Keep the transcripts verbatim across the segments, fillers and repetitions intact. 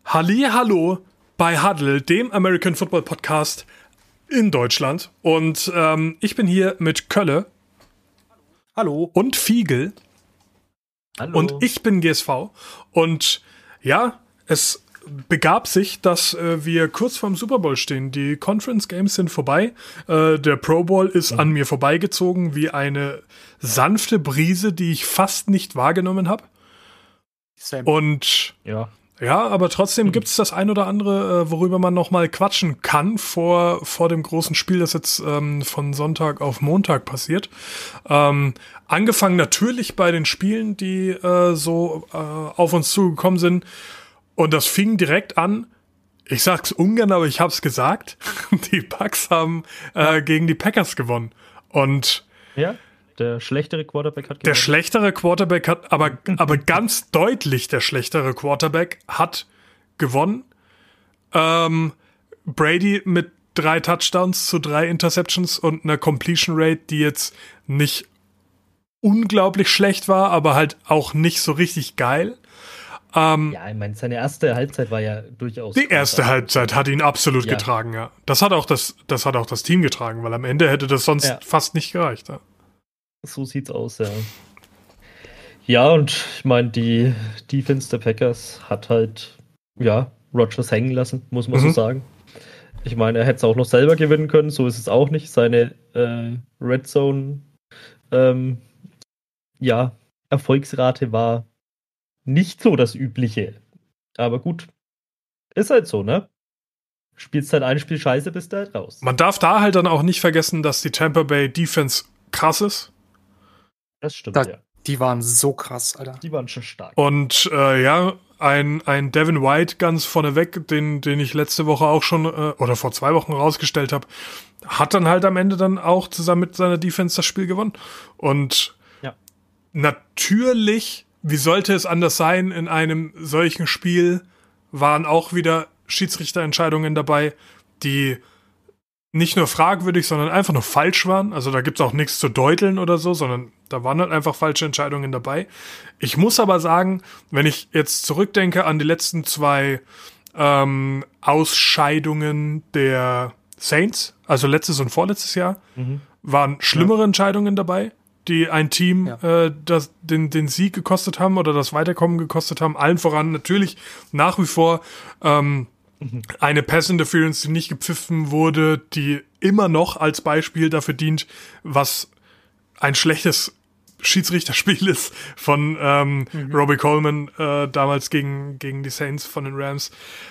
Hallihallo bei Huddle, dem American Football Podcast in Deutschland. Und ähm, ich bin hier mit Kölle. Hallo. Und Fiegel. Hallo. Und ich bin G S V. Und ja, es begab sich, dass äh, wir kurz vorm Super Bowl stehen. Die Conference Games sind vorbei. Äh, der Pro Bowl ist mhm. an mir vorbeigezogen wie eine sanfte Brise, die ich fast nicht wahrgenommen habe. Und ja. Ja, aber trotzdem gibt es das ein oder andere, worüber man noch mal quatschen kann vor, vor dem großen Spiel, das jetzt ähm, von Sonntag auf Montag passiert. Ähm, angefangen natürlich bei den Spielen, die äh, so äh, auf uns zugekommen sind. Und das fing direkt an, ich sag's ungern, aber ich hab's gesagt, die Bucks haben äh, gegen die Packers gewonnen. Und ja. Der schlechtere Quarterback hat gewonnen. Der schlechtere Quarterback hat, aber, aber ganz deutlich der schlechtere Quarterback hat gewonnen. Ähm, Brady mit drei Touchdowns zu drei Interceptions und einer Completion Rate, die jetzt nicht unglaublich schlecht war, aber halt auch nicht so richtig geil. Ähm, ja, ich meine, seine erste Halbzeit war ja durchaus... Die erste großartig. Halbzeit hat ihn absolut ja. getragen, ja. Das hat auch das, das hat auch das Team getragen, weil am Ende hätte das sonst ja. fast nicht gereicht, ja. So sieht's aus, ja. Ja, und ich meine, die Defense der Packers hat halt, ja, Rodgers hängen lassen, muss man mhm. so sagen. Ich meine, er hätte es auch noch selber gewinnen können, so ist es auch nicht. Seine äh, Red Zone, ähm, ja, Erfolgsrate war nicht so das Übliche. Aber gut, ist halt so, ne? Spielst halt ein Spiel scheiße, bist du halt raus. Man darf da halt dann auch nicht vergessen, dass die Tampa Bay Defense krass ist. Das stimmt, da, ja. Die waren so krass, Alter. Die waren schon stark. Und äh, ja, ein, ein Devin White ganz vorneweg, den, den ich letzte Woche auch schon, äh, oder vor zwei Wochen rausgestellt habe, hat dann halt am Ende dann auch zusammen mit seiner Defense das Spiel gewonnen. Und ja. natürlich, wie sollte es anders sein, in einem solchen Spiel waren auch wieder Schiedsrichterentscheidungen dabei, die nicht nur fragwürdig, sondern einfach nur falsch waren. Also da gibt's auch nichts zu deuteln oder so, sondern da waren halt einfach falsche Entscheidungen dabei. Ich muss aber sagen, wenn ich jetzt zurückdenke an die letzten zwei ähm, Ausscheidungen der Saints, also letztes und vorletztes Jahr, mhm. waren schlimmere ja. Entscheidungen dabei, die ein Team ja. äh, das, den, den Sieg gekostet haben oder das Weiterkommen gekostet haben. Allen voran natürlich nach wie vor ähm, eine Pass-Interference, die nicht gepfiffen wurde, die immer noch als Beispiel dafür dient, was ein schlechtes Schiedsrichterspiel ist von ähm, mhm. Robbie Coleman äh, damals gegen, gegen die Saints von den Rams.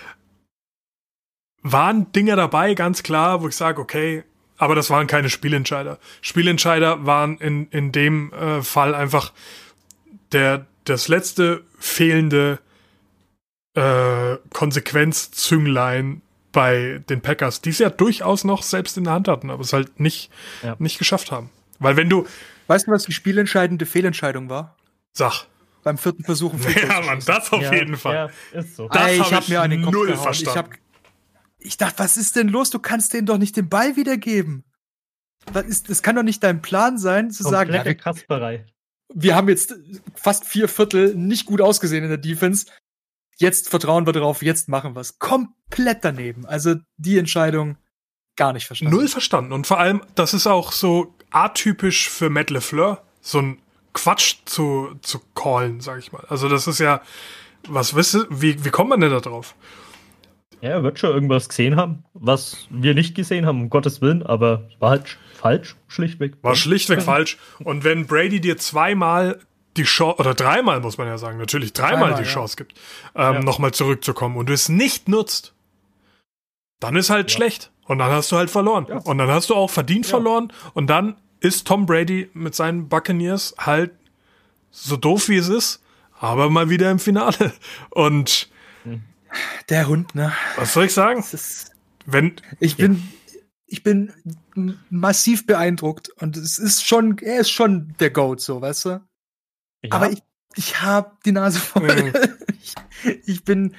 Waren Dinge dabei, ganz klar, wo ich sage, okay, aber das waren keine Spielentscheider. Spielentscheider waren in, in dem äh, Fall einfach der, das letzte fehlende Äh, Konsequenzzünglein bei den Packers, die es ja durchaus noch selbst in der Hand hatten, aber es halt nicht, ja. nicht geschafft haben. Weil wenn du... Weißt du, was die spielentscheidende Fehlentscheidung war? Sag. Beim vierten Versuch. Ja, Mann, das auf ja, jeden Fall. Ja, ist so. Das Ey, ich hab hab ich mir an den Kopf null gehauen. verstanden. Ich, hab, ich dachte, was ist denn los? Du kannst denen doch nicht den Ball wiedergeben. Das, ist, das kann doch nicht dein Plan sein, zu sagen, ja, wir, Kasperei. wir haben jetzt fast vier Viertel nicht gut ausgesehen in der Defense. Jetzt vertrauen wir drauf, jetzt machen wir es. Komplett daneben. Also die Entscheidung gar nicht verstanden. Null verstanden. Und vor allem, das ist auch so atypisch für Matt LeFleur, so ein Quatsch zu, zu callen, sag ich mal. Also das ist ja, was wisst ihr, wie, wie kommt man denn da drauf? Ja, er wird schon irgendwas gesehen haben, was wir nicht gesehen haben, um Gottes Willen, aber war halt falsch, schlichtweg. War schlichtweg falsch. Und wenn Brady dir zweimal die Chance, oder dreimal muss man ja sagen, natürlich dreimal, dreimal die Chance ja. gibt, ähm, ja. nochmal zurückzukommen und du es nicht nutzt, dann ist halt ja. schlecht. Und dann hast du halt verloren. Ja. Und dann hast du auch verdient ja. verloren. Und dann ist Tom Brady mit seinen Buccaneers halt so doof, wie es ist, aber mal wieder im Finale. Und der Hund, ne? Was soll ich sagen? Ist, Wenn ich bin ich bin massiv beeindruckt und es ist schon, er ist schon der Goat, so, weißt du? Ja. Aber ich, ich habe die Nase voll. Mhm. ich, ich bin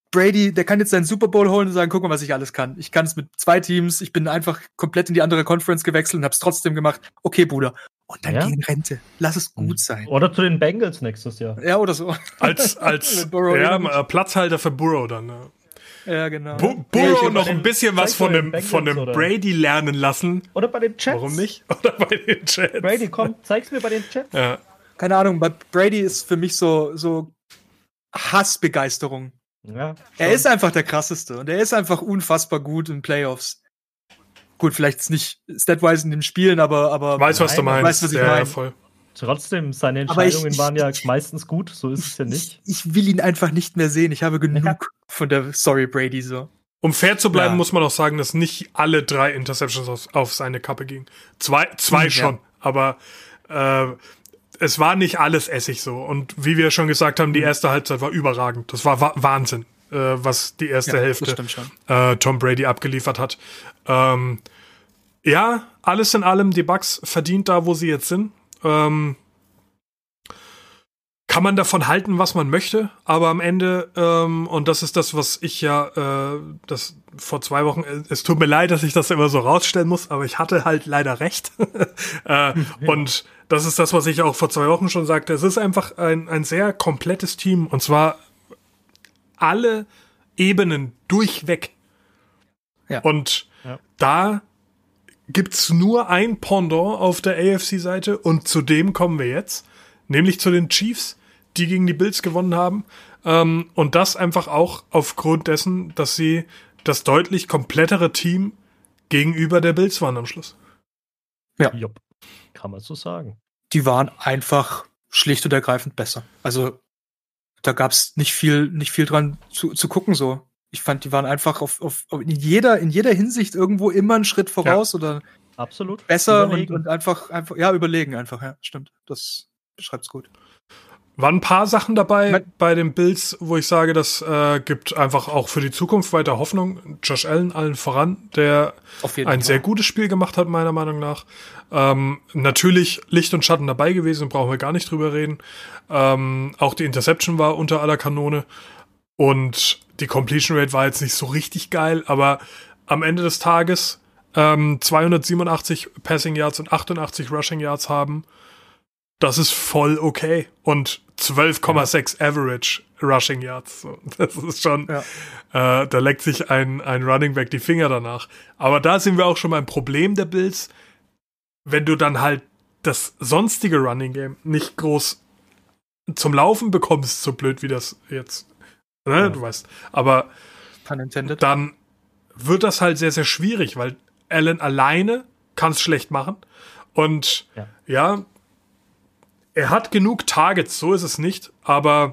Brady, der kann jetzt seinen Super Bowl holen und sagen, guck mal, was ich alles kann. Ich kann es mit zwei Teams, ich bin einfach komplett in die andere Conference gewechselt und hab's trotzdem gemacht. Okay, Bruder. Und dann Ja. geh in Rente. Lass es gut sein. Oder zu den Bengals nächstes Jahr. Ja, oder so. Als, als Mit Burrow ja, immer äh, Platzhalter für Burrow dann. Ne? Ja, genau. Bu Ja, Burrow ich- noch ein bisschen was zeig von mal dem, den von dem Bengals, oder? Brady lernen lassen. Oder bei den Jets. Warum nicht? Oder bei den Jets. Brady, komm, zeig's mir bei den Jets. Ja. Keine Ahnung, bei Brady ist für mich so, so Hassbegeisterung. Ja, Er schon. ist einfach der krasseste und er ist einfach unfassbar gut in Playoffs. Gut, vielleicht ist nicht statwise in den Spielen, aber, aber Weiß, was du Nein, meinst. weiß, was ich ja, ja, meine. voll. Trotzdem, seine Aber ich- Entscheidungen ich- waren ja ich- meistens gut, so ist es ja nicht. ich, ich will ihn einfach nicht mehr sehen. Ich habe genug Ja. von der Sorry Brady so. Um fair zu bleiben, Ja. muss man auch sagen, dass nicht alle drei Interceptions auf, auf seine Kappe gingen. Zwei, zwei Mhm, schon, ja. aber äh, es war nicht alles Essig so. Und wie wir schon gesagt haben, die erste Halbzeit war überragend. Das war wa Wahnsinn, äh, was die erste Ja, das Hälfte stimmt schon. äh, Tom Brady abgeliefert hat. Ähm, ja, alles in allem, die Bucks verdient da, wo sie jetzt sind. Ähm, kann man davon halten, was man möchte, aber am Ende, ähm, und das ist das, was ich ja, äh, das vor zwei Wochen, äh, es tut mir leid, dass ich das immer so rausstellen muss, aber ich hatte halt leider recht. äh, und das ist das, was ich auch vor zwei Wochen schon sagte. Es ist einfach ein, ein sehr komplettes Team, und zwar alle Ebenen durchweg. Ja. Und Ja. da gibt's nur ein Pendant auf der A F C-Seite, und zu dem kommen wir jetzt, nämlich zu den Chiefs, die gegen die Bills gewonnen haben. Ähm, und das einfach auch aufgrund dessen, dass sie das deutlich komplettere Team gegenüber der Bills waren am Schluss. Jupp. Kann man so sagen. Die waren einfach schlicht und ergreifend besser. Also da gab's nicht viel, nicht viel dran zu, zu gucken so. Ich fand, die waren einfach auf, auf, auf in jeder, in jeder Hinsicht irgendwo immer einen Schritt voraus oder Absolut. besser und, Überlegen. und einfach, einfach, ja, überlegen einfach, ja, stimmt. Das beschreibt's gut. Waren ein paar Sachen dabei Mein- bei den Bills, wo ich sage, das äh, gibt einfach auch für die Zukunft weiter Hoffnung. Josh Allen allen voran, der Auf jeden ein Fall. sehr gutes Spiel gemacht hat, meiner Meinung nach. Ähm, natürlich Licht und Schatten dabei gewesen, brauchen wir gar nicht drüber reden. Ähm, auch die Interception war unter aller Kanone. Und die Completion Rate war jetzt nicht so richtig geil, aber am Ende des Tages ähm, zweihundertsiebenundachtzig Passing Yards und achtundachtzig Rushing Yards haben, das ist voll okay. Und zwölf Komma sechs Average Rushing Yards. So, das ist schon, Ja. äh, da leckt sich ein, ein Running Back die Finger danach. Aber da sind wir auch schon beim Problem der Bills. Wenn du dann halt das sonstige Running Game nicht groß zum Laufen bekommst, so blöd wie das jetzt, ne, Ja. du weißt. Aber Pun intended. dann wird das halt sehr, sehr schwierig, weil Allen alleine kann es schlecht machen. Und Ja. ja, er hat genug Targets, so ist es nicht, aber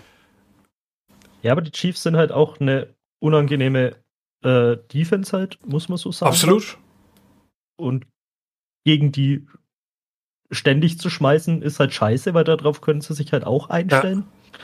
Ja, aber die Chiefs sind halt auch eine unangenehme äh, Defense halt, muss man so sagen. absolut. Und gegen die ständig zu schmeißen, ist halt scheiße, weil darauf können sie sich halt auch einstellen.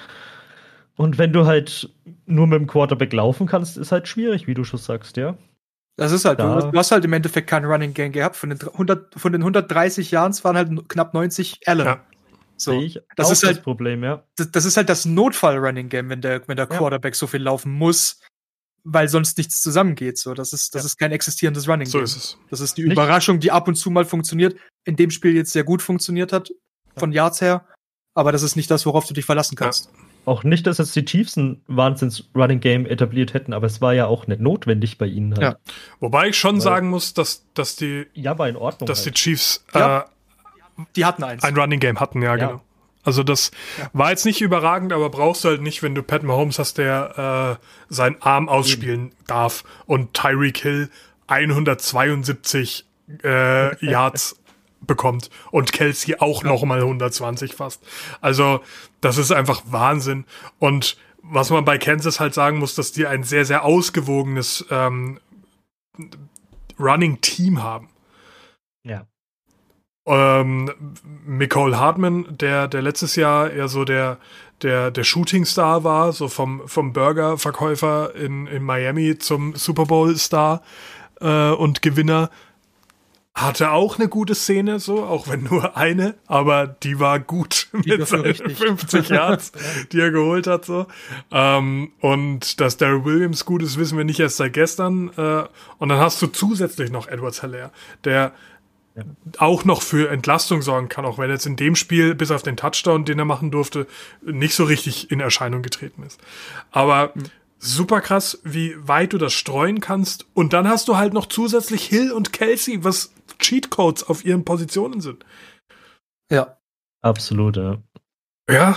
Und wenn du halt nur mit dem Quarterback laufen kannst, ist halt schwierig, wie du schon sagst, ja. Das ist halt, Da- du, du hast halt im Endeffekt kein Running Game gehabt. Von den hundert, von den hundertdreißig Jahren waren halt knapp neunzig Allen. Ja. So. Sehe ich das auch ist das halt- Problem, ja. Das, das ist halt das Notfall-Running Game, wenn der, wenn der Ja. Quarterback so viel laufen muss, weil sonst nichts zusammengeht. So, das ist, das Ja. ist kein existierendes Running So Game. ist es. Das ist die Nicht- Überraschung, die ab und zu mal funktioniert. In dem Spiel jetzt sehr gut funktioniert hat, von Yards her. Aber das ist nicht das, worauf du dich verlassen kannst. Auch nicht, dass jetzt die Chiefs ein Wahnsinns-Running-Game etabliert hätten, aber es war ja auch nicht notwendig bei ihnen halt. Ja. Wobei ich schon Weil- sagen muss, dass, dass, die, Ja, war in Ordnung. dass die halt. Chiefs Ja. äh, Die hatten eins. ein Running Game hatten, ja, Ja. genau. Also das Ja. war jetzt nicht überragend, aber brauchst du halt nicht, wenn du Pat Mahomes hast, der äh, seinen Arm ausspielen darf und Tyreek Hill hundertzweiundsiebzig äh, Yards bekommt und Kelsey auch noch mal hundertzwanzig fast. Also das ist einfach Wahnsinn. Und was man bei Kansas halt sagen muss, dass die ein sehr, sehr ausgewogenes ähm, Running Team haben. Ja. Ähm, Mecole Hardman, der, der letztes Jahr eher so der, der, der Shooting-Star war, so vom, vom Burger-Verkäufer in, in Miami zum Super Bowl-Star äh, und Gewinner, hatte auch eine gute Szene, so, auch wenn nur eine, aber die war gut Die mit seinen fünfzig Yards, die er geholt hat, so. Ähm, und dass Darrell Williams gut ist, wissen wir nicht erst seit gestern. Äh, und dann hast du zusätzlich noch Edwards-Helaire, der ja. auch noch für Entlastung sorgen kann, auch wenn jetzt in dem Spiel, bis auf den Touchdown, den er machen durfte, nicht so richtig in Erscheinung getreten ist. Aber mhm. super krass, wie weit du das streuen kannst. Und dann hast du halt noch zusätzlich Hill und Kelsey, was Cheatcodes auf ihren Positionen sind. Ja. Absolut, ja. Ja.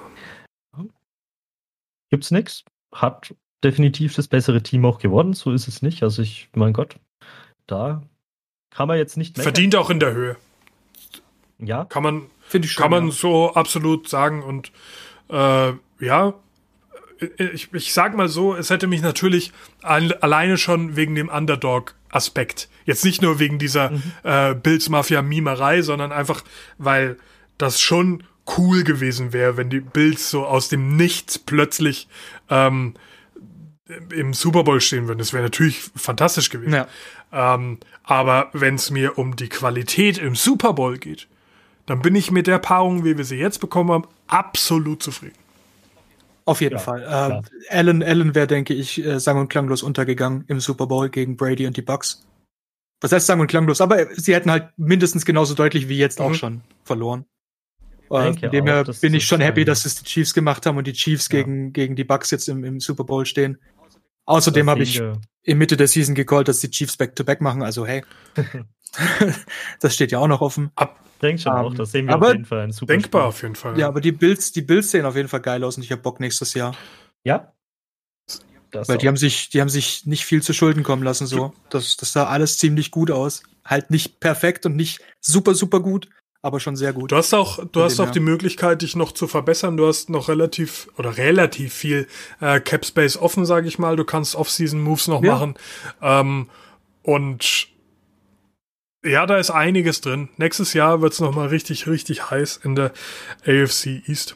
Gibt's nix. Hat definitiv das bessere Team auch gewonnen, so ist es nicht. Also ich, mein Gott, da kann man jetzt nicht meckern. Verdient auch in der Höhe. Ja. Kann man, Finde ich schon, kann man ja. so absolut sagen. Und äh, ja, ich, ich sag mal so, es hätte mich natürlich an, alleine schon wegen dem Underdog-Aspekt, jetzt nicht nur wegen dieser mhm. äh, Bills-Mafia-Mimerei, sondern einfach, weil das schon cool gewesen wäre, wenn die Bills so aus dem Nichts plötzlich ähm, im Super Bowl stehen würden. Das wäre natürlich fantastisch gewesen. Ja. Ähm, aber wenn es mir um die Qualität im Super Bowl geht, dann bin ich mit der Paarung, wie wir sie jetzt bekommen haben, absolut zufrieden. Auf jeden Ja, Fall. Ähm, Allen, Allen wäre, denke ich, äh, sang- und klanglos untergegangen im Super Bowl gegen Brady und die Bucks. Was heißt sang- und klanglos? Aber sie hätten halt mindestens genauso deutlich wie jetzt mhm. auch schon verloren. Äh, von dem her bin ich schon happy, dass es die Chiefs gemacht haben und die Chiefs ja. gegen, gegen die Bucks jetzt im, im Super Bowl stehen. Außerdem habe ich in Mitte der Season gecallt, dass die Chiefs Back-to-Back machen. Also hey, das steht ja auch noch offen. Ab Denk schon um, auch, das sehen wir aber auf jeden Fall ein super denkbar Spiel. Auf jeden Fall. Ja, aber die Bills, die Bills sehen auf jeden Fall geil aus und ich habe Bock nächstes Jahr. Ja. Das Weil die auch. haben sich, die haben sich nicht viel zu Schulden kommen lassen, so. Das, das sah alles ziemlich gut aus. Halt nicht perfekt und nicht super, super gut, aber schon sehr gut. Du hast auch, du hast auch die Möglichkeit, dich noch zu verbessern. Du hast noch relativ oder relativ viel äh, Cap Space offen, sage ich mal. Du kannst Off-Season-Moves noch ja. machen. Ähm, und ja, da ist einiges drin. Nächstes Jahr wird's noch mal richtig, richtig heiß in der A F C East.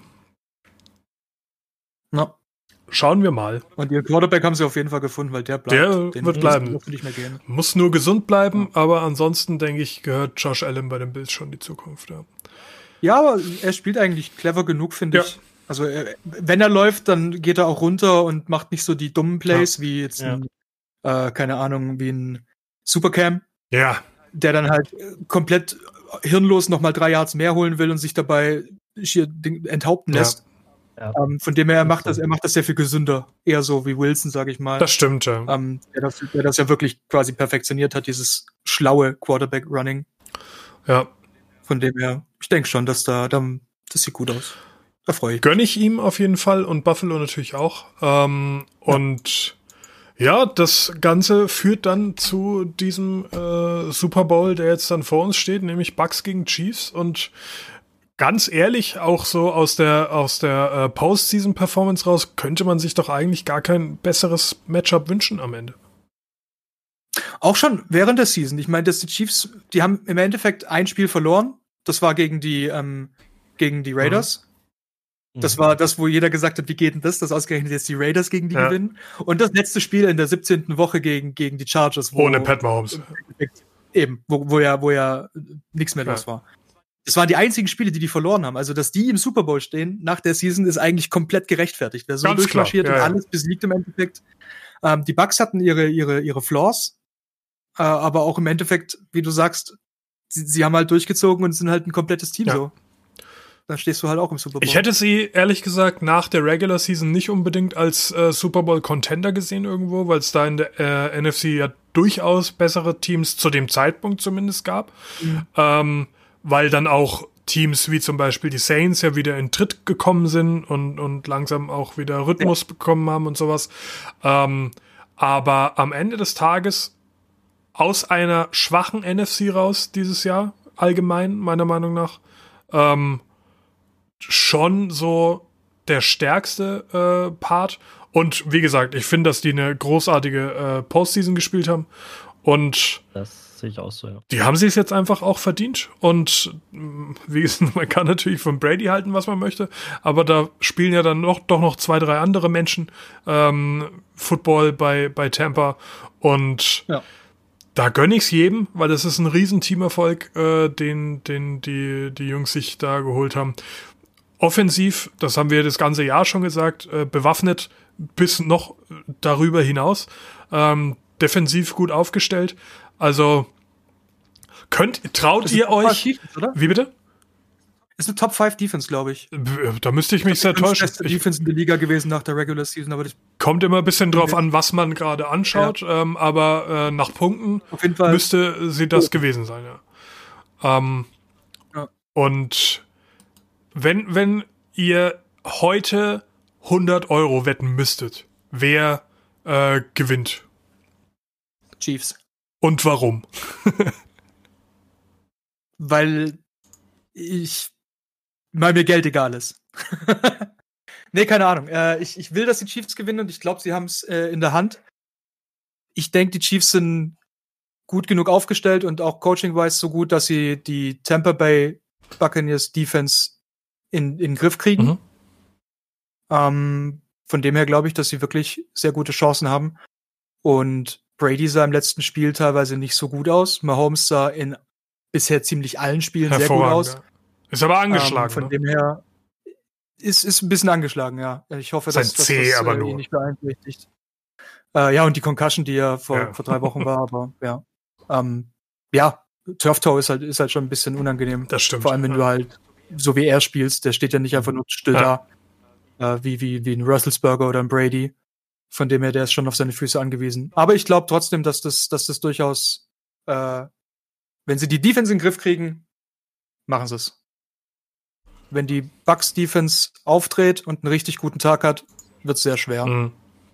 No. Schauen wir mal. Und ihr Quarterback haben sie auf jeden Fall gefunden, weil der bleibt. Der Den wird bleiben. Nicht mehr gehen. Muss nur gesund bleiben, ja. aber ansonsten, denke ich, gehört Josh Allen bei den Bills schon die Zukunft. Ja, ja aber er spielt eigentlich clever genug, finde ja. ich. Also er, wenn er läuft, dann geht er auch runter und macht nicht so die dummen Plays, ja. wie jetzt, ja. ein, äh, keine Ahnung, wie ein Supercam. Ja. Der dann halt komplett hirnlos nochmal drei Yards mehr holen will und sich dabei hier enthaupten lässt. Ja. Ähm, von dem her, er macht das, er macht das sehr viel gesünder. Eher so wie Wilson, sage ich mal. Das stimmt, ja. Ähm, der, das, der das ja wirklich quasi perfektioniert hat, dieses schlaue Quarterback-Running. Ja. Von dem her, ich denke schon, dass da, da, das sieht gut aus. Da freue ich mich. Gönne ich ihm auf jeden Fall und Buffalo natürlich auch. Ähm, ja. Und ja, das Ganze führt dann zu diesem äh, Super Bowl, der jetzt dann vor uns steht, nämlich Bucks gegen Chiefs. Und ganz ehrlich, auch so aus der aus der äh, Postseason-Performance raus, könnte man sich doch eigentlich gar kein besseres Matchup wünschen am Ende. Auch schon während der Season. Ich meine, dass die Chiefs, die haben im Endeffekt ein Spiel verloren. Das war gegen die ähm, gegen die Raiders. Mhm. Das war das, wo jeder gesagt hat, wie geht denn das, dass ausgerechnet jetzt die Raiders gegen die ja. gewinnen. Und das letzte Spiel in der siebzehnten Woche gegen, gegen die Chargers. Wo, Ohne Pat Mahomes. Eben, wo, wo ja, wo ja nichts mehr los ja. war. Das waren die einzigen Spiele, die die verloren haben. Also, dass die im Super Bowl stehen nach der Season, ist eigentlich komplett gerechtfertigt. Wer so Ganz durchmarschiert klar. Ja, und alles besiegt im Endeffekt. Ähm, die Bucks hatten ihre, ihre, ihre Flaws, äh, aber auch im Endeffekt, wie du sagst, sie, sie haben halt durchgezogen und sind halt ein komplettes Team ja. so. Dann stehst du halt auch im Super Bowl. Ich hätte sie, ehrlich gesagt, nach der Regular Season nicht unbedingt als äh, Super Bowl-Contender gesehen irgendwo, weil es da in der äh, N F C ja durchaus bessere Teams zu dem Zeitpunkt zumindest gab. Mhm. Ähm, weil dann auch Teams wie zum Beispiel die Saints ja wieder in Tritt gekommen sind und, und langsam auch wieder Rhythmus ja. bekommen haben und sowas. Ähm, aber am Ende des Tages aus einer schwachen N F C raus dieses Jahr, allgemein, meiner Meinung nach, ähm, schon so der stärkste äh, Part. Und wie gesagt, ich finde, dass die eine großartige äh, Postseason gespielt haben. Und das sehe ich auch so, ja. Die haben sie es jetzt einfach auch verdient. Und wie gesagt, man kann natürlich von Brady halten, was man möchte, aber da spielen ja dann noch, doch noch zwei, drei andere Menschen ähm, Football bei, bei Tampa. Und ja. da gönne ich's jedem, weil das ist ein riesen Teamerfolg, äh, den, den die, die Jungs sich da geholt haben. Offensiv, das haben wir das ganze Jahr schon gesagt, äh, bewaffnet bis noch darüber hinaus. Ähm, defensiv gut aufgestellt. Also könnt, traut ihr euch... Defense, oder? Wie bitte? Ist eine Top fünf Defense, glaube ich. Da müsste ich mich sehr täuschen. Das ist die Defense in der Liga gewesen nach der Regular Season, aber das kommt immer ein bisschen drauf an, was man gerade anschaut, ja. ähm, aber äh, nach Punkten auf jeden Fall müsste sie das oh. gewesen sein, ja. Ähm, ja. Und wenn, wenn ihr heute hundert Euro wetten müsstet, wer äh, gewinnt? Chiefs. Und warum? Weil ich weil mir Geld egal ist. Nee, keine Ahnung. Äh, ich, ich will, dass die Chiefs gewinnen und ich glaube, sie haben es äh, in der Hand. Ich denke, die Chiefs sind gut genug aufgestellt und auch coaching-wise so gut, dass sie die Tampa Bay Buccaneers Defense in, in den Griff kriegen. Mhm. Ähm, von dem her glaube ich, dass sie wirklich sehr gute Chancen haben. Und Brady sah im letzten Spiel teilweise nicht so gut aus. Mahomes sah in bisher ziemlich allen Spielen sehr gut aus. Ja. Ist aber angeschlagen. Ähm, von ne? dem her ist, ist ein bisschen angeschlagen, ja. Ich hoffe, Sein dass, dass C, das aber äh, nur. ihn nicht beeinträchtigt. Äh, ja, und die Concussion, die ja vor, Ja. vor drei Wochen war, aber ja. Ähm, ja, Turf Toe ist halt, ist halt schon ein bisschen unangenehm. Das stimmt. Vor allem, wenn ja. du halt, so wie er spielst, der steht ja nicht einfach nur still Ja. da, äh, wie, wie, wie ein Russelsberger oder ein Brady. Von dem her, der ist schon auf seine Füße angewiesen. Aber ich glaube trotzdem, dass das, dass das durchaus, äh, wenn sie die Defense in den Griff kriegen, machen sie es. Wenn die Bucks Defense auftritt und einen richtig guten Tag hat, wird es sehr schwer. Mhm.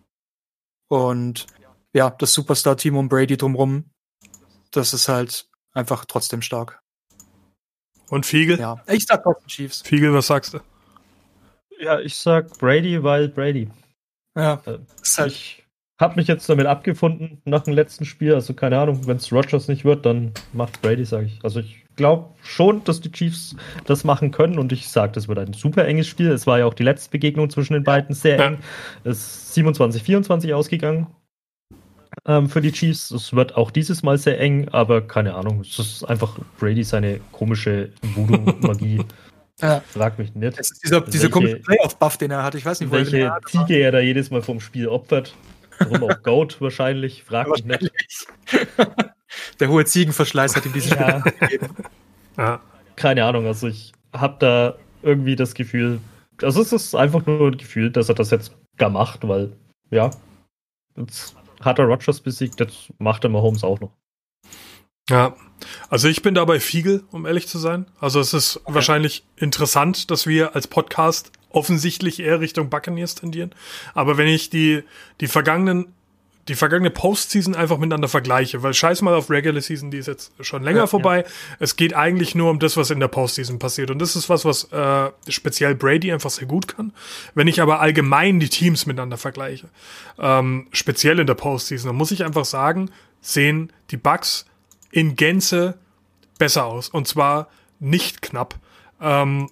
Und ja, das Superstar-Team um Brady drumrum, das ist halt einfach trotzdem stark. Und Fiegel? Ja, ich sag auch die Chiefs. Fiegel, was sagst du? Ja, ich sag Brady, weil Brady. Ja, Äh, ist halt, Ich habe mich jetzt damit abgefunden nach dem letzten Spiel. Also keine Ahnung, wenn es Rodgers nicht wird, dann macht Brady, sage ich. Also ich glaube schon, dass die Chiefs das machen können und ich sage, das wird ein super enges Spiel. Es war ja auch die letzte Begegnung zwischen den beiden sehr Ja. eng. Es ist siebenundzwanzig vierundzwanzig ausgegangen ähm, für die Chiefs. Es wird auch dieses Mal sehr eng, aber keine Ahnung. Es ist einfach Brady seine komische Voodoo-Magie. ja. Frag mich nicht. Es ist dieser, dieser Welche- komische Playoff-Buff, den er hat. Ich weiß nicht, wo er den Welche hat. Ziege er da jedes Mal vom Spiel opfert. Warum auch Goat wahrscheinlich. Frag mich nicht. Der hohe Ziegenverschleiß hat ihm dieses Spiel Ja. gegeben. Ja. Keine Ahnung, also ich habe da irgendwie das Gefühl, also es ist einfach nur ein Gefühl, dass er das jetzt gar macht, weil, ja, jetzt hat er Rodgers besiegt, jetzt macht er Mahomes auch noch. Ja, also ich bin da bei Fiegel, um ehrlich zu sein. Also es ist wahrscheinlich interessant, dass wir als Podcast offensichtlich eher Richtung Buccaneers tendieren. Aber wenn ich die, die vergangenen, die vergangene Postseason einfach miteinander vergleiche, weil scheiß mal auf Regular Season, die ist jetzt schon länger Ja, vorbei. Es geht eigentlich nur um das, was in der Postseason passiert. Und das ist was, was äh, speziell Brady einfach sehr gut kann. Wenn ich aber allgemein die Teams miteinander vergleiche, ähm, speziell in der Postseason, dann muss ich einfach sagen, sehen die Bucks in Gänze besser aus. Und zwar nicht knapp. Ähm,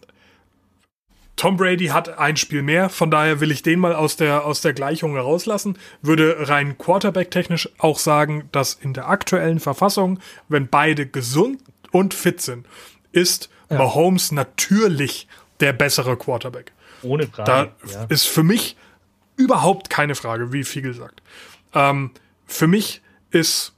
Tom Brady hat ein Spiel mehr, von daher will ich den mal aus der, aus der Gleichung herauslassen. Würde rein Quarterback-technisch auch sagen, dass in der aktuellen Verfassung, wenn beide gesund und fit sind, ist Ja. Mahomes natürlich der bessere Quarterback. Ohne Da Frage. ja. ist für mich überhaupt keine Frage, wie Fiegel sagt. Ähm, für mich ist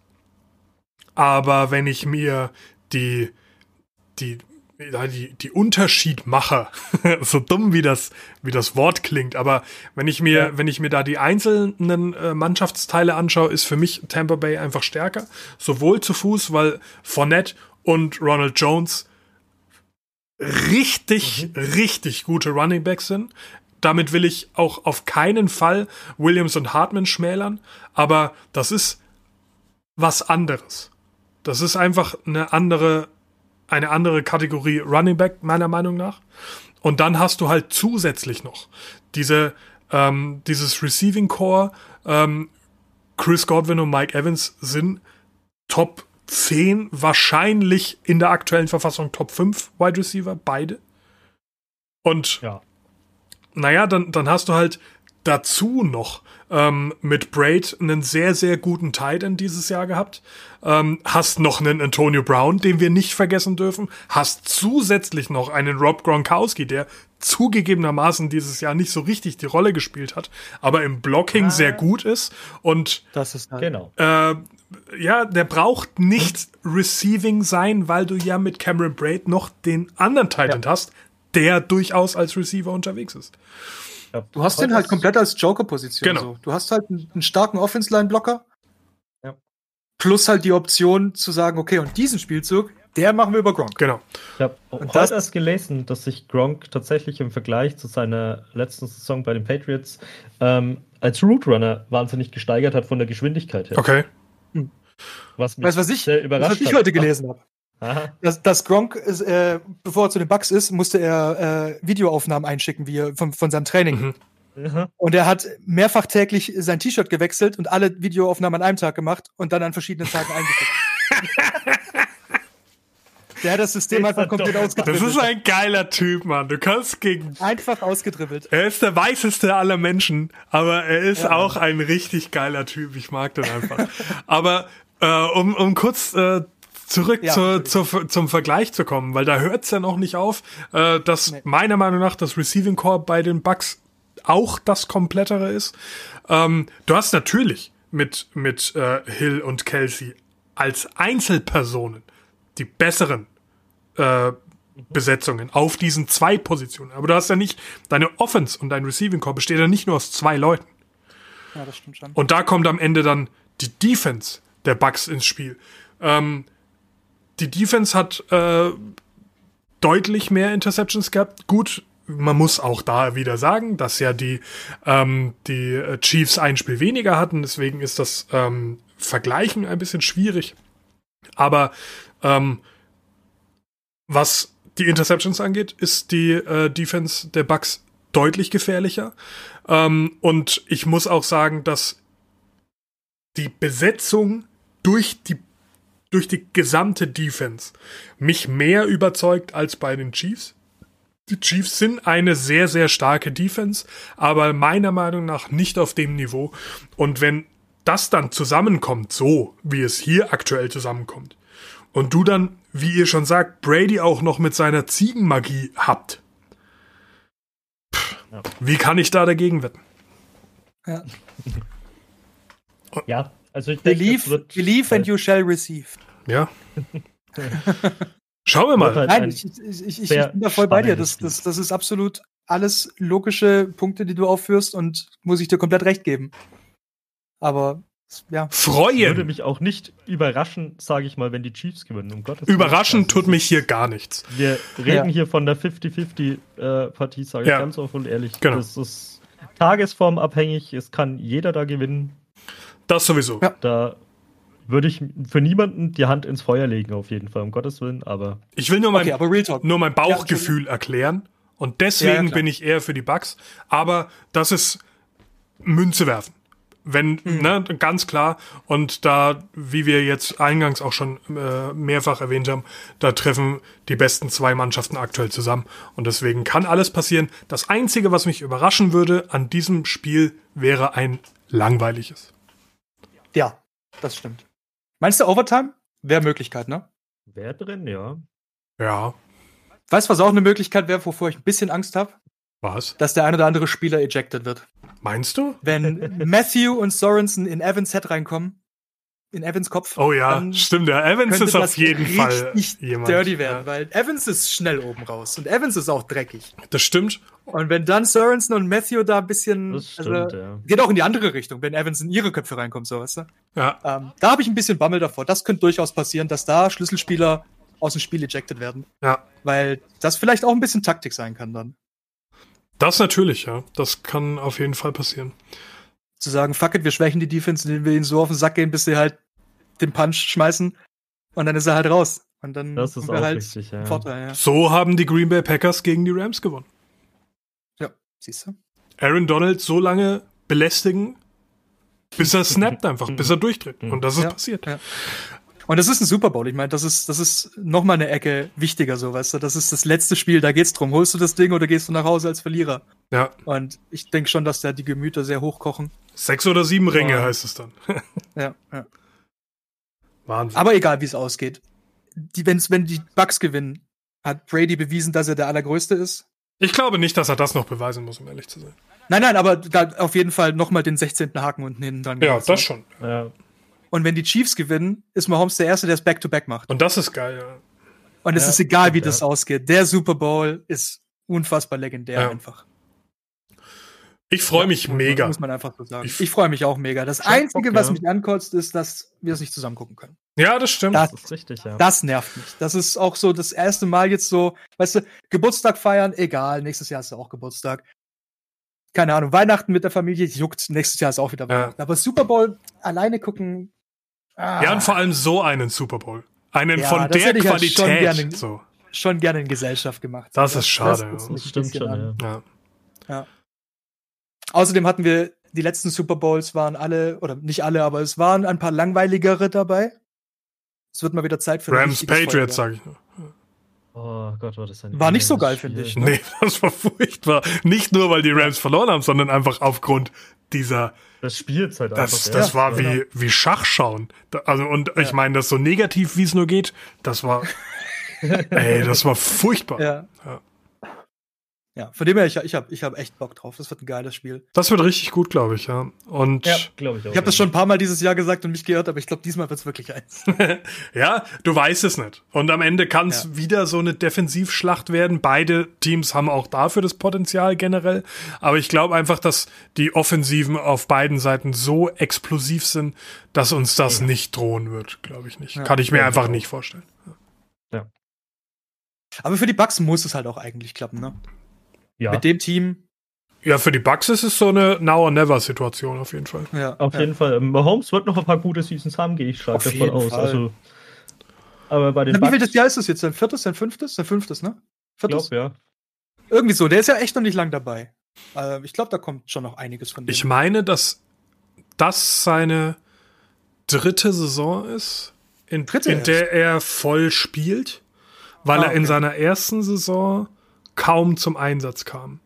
aber, wenn ich mir die, die, ja, die, die Unterschiedmacher, so dumm wie das, wie das Wort klingt, aber wenn ich mir, Ja. wenn ich mir da die einzelnen äh, Mannschaftsteile anschaue, ist für mich Tampa Bay einfach stärker. Sowohl zu Fuß, weil Fournette und Ronald Jones richtig, richtig gute Running Backs sind. Damit will ich auch auf keinen Fall Williams und Hartman schmälern, aber das ist was anderes. Das ist einfach eine andere, eine andere Kategorie Running Back, meiner Meinung nach. Und dann hast du halt zusätzlich noch diese, ähm, dieses Receiving Core. Ähm, Chris Godwin und Mike Evans sind Top zehn, wahrscheinlich in der aktuellen Verfassung Top fünf Wide Receiver, beide. Und Ja. naja, dann, dann hast du halt dazu noch ähm, mit Braid einen sehr, sehr guten Tight End dieses Jahr gehabt. Ähm, hast noch einen Antonio Brown, den wir nicht vergessen dürfen. Hast zusätzlich noch einen Rob Gronkowski, der zugegebenermaßen dieses Jahr nicht so richtig die Rolle gespielt hat, aber im Blocking ah. sehr gut ist. Und das ist halt. Genau. Äh, ja, der braucht nicht Receiving sein, weil du ja mit Cameron Braid noch den anderen Tight End ja. hast, der durchaus als Receiver unterwegs ist. Ja, du hast den halt komplett als Joker-Position. Genau. So. Du hast halt einen, einen starken Offense-Line-Blocker. Ja. Plus halt die Option zu sagen, okay, und diesen Spielzug, der machen wir über Gronk. Genau. Ich habe heute erst gelesen, dass sich Gronk tatsächlich im Vergleich zu seiner letzten Saison bei den Patriots ähm, als Route Runner wahnsinnig gesteigert hat von der Geschwindigkeit her. Okay. Hm. Was mich weißt, was ich, sehr überrascht was ich hat. heute gelesen habe. Aha. Dass, dass Gronk, ist, äh, bevor er zu den Bucks ist, musste er äh, Videoaufnahmen einschicken, wie er von, von seinem Training. Mhm. Ja. Und er hat mehrfach täglich sein T-Shirt gewechselt und alle Videoaufnahmen an einem Tag gemacht und dann an verschiedenen Tagen eingeschickt. Der hat das System einfach komplett ausgedribbelt. Das ist ein geiler Typ, Mann. Du kannst gegen... Einfach ausgedribbelt. Er ist der weißeste aller Menschen, aber er ist ja, auch ein richtig geiler Typ. Ich mag den einfach. Aber äh, um, um kurz... Äh, Zurück ja, zu, zu, zum Vergleich zu kommen, weil da hört es ja noch nicht auf, äh, dass nee. meiner Meinung nach das Receiving Core bei den Bucks auch das komplettere ist. Ähm, du hast natürlich mit, mit äh, Hill und Kelsey als Einzelpersonen die besseren äh, Besetzungen auf diesen zwei Positionen. Aber du hast ja nicht, deine Offense und dein Receiving Core besteht ja nicht nur aus zwei Leuten. Ja, das stimmt schon. Und da kommt am Ende dann die Defense der Bucks ins Spiel. Ähm, Die Defense hat äh, deutlich mehr Interceptions gehabt. Gut, man muss auch da wieder sagen, dass ja die, ähm, die Chiefs ein Spiel weniger hatten. Deswegen ist das ähm, Vergleichen ein bisschen schwierig. Aber ähm, was die Interceptions angeht, ist die äh, Defense der Bucks deutlich gefährlicher. Ähm, und ich muss auch sagen, dass die Besetzung durch die durch die gesamte Defense mich mehr überzeugt als bei den Chiefs. Die Chiefs sind eine sehr, sehr starke Defense, aber meiner Meinung nach nicht auf dem Niveau. Und wenn das dann zusammenkommt, so wie es hier aktuell zusammenkommt, und du dann, wie ihr schon sagt, Brady auch noch mit seiner Ziegenmagie habt, pff, ja. Wie kann ich da dagegen wetten? Ja. Ja. Also ich denke, believe, wird believe and you shall receive. Ja. Schauen wir mal. Nein, ich, ich, ich, ich bin da voll bei dir. Das, das, das ist absolut alles logische Punkte, die du aufführst und muss ich dir komplett recht geben. Aber, ja. Freuen. Würde mich auch nicht überraschen, sage ich mal, wenn die Chiefs gewinnen. Um Gottes Willen. Überraschen tut mich hier gar nichts. Wir reden ja. hier von der fünfzig fünfzig-Partie, sage ich ja. ganz offen und ehrlich. Genau. Das ist tagesformabhängig. Es kann jeder da gewinnen. Das sowieso. Ja. Da würde ich für niemanden die Hand ins Feuer legen, auf jeden Fall, um Gottes Willen, aber... Ich will nur mein, okay, nur mein Bauchgefühl ja, erklären und deswegen ja, bin ich eher für die Bucks, aber das ist Münze werfen. Wenn, mhm. ne, ganz klar, und da, wie wir jetzt eingangs auch schon äh, mehrfach erwähnt haben, da treffen die besten zwei Mannschaften aktuell zusammen und deswegen kann alles passieren. Das Einzige, was mich überraschen würde an diesem Spiel, wäre ein langweiliges. Ja, das stimmt. Meinst du Overtime? Wäre Möglichkeit, ne? Wäre drin, ja. Ja. Weißt du, was auch eine Möglichkeit wäre, wovor ich ein bisschen Angst habe? Was? Dass der ein oder andere Spieler ejected wird. Meinst du? Wenn Matthew und Sorensen in Evans Head reinkommen, in Evans Kopf. Oh ja, stimmt, ja. Evans ist auf jeden Fall jemand. Dirty werden, ja. Weil Evans ist schnell oben raus und Evans ist auch dreckig. Das stimmt. Und wenn dann Sorensen und Matthew da ein bisschen, das stimmt, also, ja. geht auch in die andere Richtung, wenn Evans in ihre Köpfe reinkommt, so, weißt du? Ja. Ähm, da habe ich ein bisschen Bammel davor. Das könnte durchaus passieren, dass da Schlüsselspieler aus dem Spiel ejected werden. Ja. Weil das vielleicht auch ein bisschen Taktik sein kann dann. Das natürlich, ja. Das kann auf jeden Fall passieren. Zu sagen, fuck it, wir schwächen die Defense, indem wir ihnen so auf den Sack gehen, bis sie halt den Punch schmeißen und dann ist er halt raus. Und dann das ist haben wir auch halt richtig, ja. Vorteil, ja. So haben die Green Bay Packers gegen die Rams gewonnen. Ja, siehst du. Aaron Donald so lange belästigen, bis er snappt einfach, bis er durchdreht. Und das ist ja, passiert. Ja. Und das ist ein Super Bowl. Ich meine, das ist, das ist noch mal eine Ecke wichtiger, so, weißt du. Das ist das letzte Spiel, da geht's drum. Holst du das Ding oder gehst du nach Hause als Verlierer? Ja. Und ich denke schon, dass da die Gemüter sehr hochkochen. Sechs oder sieben Ringe Ja. heißt es dann. Ja, ja. Wahnsinn. Aber egal, wie es ausgeht. Die, wenn's, wenn die Bucks gewinnen, hat Brady bewiesen, dass er der Allergrößte ist. Ich glaube nicht, dass er das noch beweisen muss, um ehrlich zu sein. Nein, nein, aber da auf jeden Fall noch mal den sechzehnten Haken unten hinten dran. Ja, gesetzt, das ne? schon. Ja. Und wenn die Chiefs gewinnen, ist Mahomes der Erste, der es Back-to-Back macht. Und das ist geil, ja. Und es Ja, ist egal, wie ja. das ausgeht. Der Super Bowl ist unfassbar legendär Ja. einfach. Ich freue mich Muss man- mega. Muss man einfach so sagen. Ich- Ich, freue mich auch mega. Das hab Einzige, Bock, was ja. mich ankotzt, ist, dass wir es nicht zusammen gucken können. Ja, das stimmt. Das- Das ist richtig, ja. Das nervt mich. Das ist auch so das erste Mal jetzt so, weißt du, Geburtstag feiern, egal, nächstes Jahr ist ja auch Geburtstag. Keine Ahnung, Weihnachten mit der Familie, juckt, nächstes Jahr ist auch wieder Ja. Weihnachten. Aber Super Bowl alleine gucken, ah, Ja, und vor allem so einen Super Bowl. Einen Ja, von das der hätte ich halt schon Qualität. gerne- so. schon gerne in Gesellschaft gemacht. Das ist schade, Das, ja. mich Das ein stimmt bisschen schon, an. ja. Ja. Außerdem hatten wir, die letzten Super Bowls waren alle, oder nicht alle, aber es waren ein paar langweiligere dabei. Es wird mal wieder Zeit für ein Rams richtiges Patriots, Feuerwerk. sag ich nur. Oh Gott, war das ein War nicht so geil, Spiel. finde ich. Nee, das war furchtbar. Nicht nur, weil die Rams verloren haben, sondern einfach aufgrund dieser. Das spielt halt Das, einfach. das ja, war genau. wie, wie Schachschauen. Da, also, und ich meine, das so negativ, wie es nur geht, das war. Ey, das war furchtbar. Ja. Ja. Ja, von dem her, ich, ich habe ich hab echt Bock drauf. Das wird ein geiles Spiel. Das wird richtig gut, glaube ich, ja. Und Ja, glaube ich auch. Ich habe das schon ein paar Mal dieses Jahr gesagt und mich gehört, aber ich glaube, diesmal wird es wirklich eins. ja, du weißt es nicht. Und am Ende kann es Ja. wieder so eine Defensivschlacht werden. Beide Teams haben auch dafür das Potenzial generell. Aber ich glaube einfach, dass die Offensiven auf beiden Seiten so explosiv sind, dass uns das nicht drohen wird, glaube ich nicht. Ja. Kann ich mir Ja, einfach genau. nicht vorstellen. Aber für die Bucks muss es halt auch eigentlich klappen, ne? Ja, Mit dem Team, Ja, für die Bucks ist es so eine Now-or-Never-Situation auf jeden Fall. ja. auf ja. jeden Fall. Mahomes wird noch ein paar gute Seasons haben, gehe ich stark Auf davon jeden aus. Fall. Also, aber bei den Na, wie viel Bucks, das Jahr ist das jetzt? Sein viertes, sein fünftes? Sein fünftes, ne? ich Viertes? glaube, ja. Irgendwie so. Der ist ja echt noch nicht lang dabei. Äh, ich glaube, da kommt schon noch einiges von dem. Ich meine, dass das seine dritte Saison ist, in, Dritte in erst? der er voll spielt, weil Ah, er in okay. seiner ersten Saison kaum zum Einsatz kam.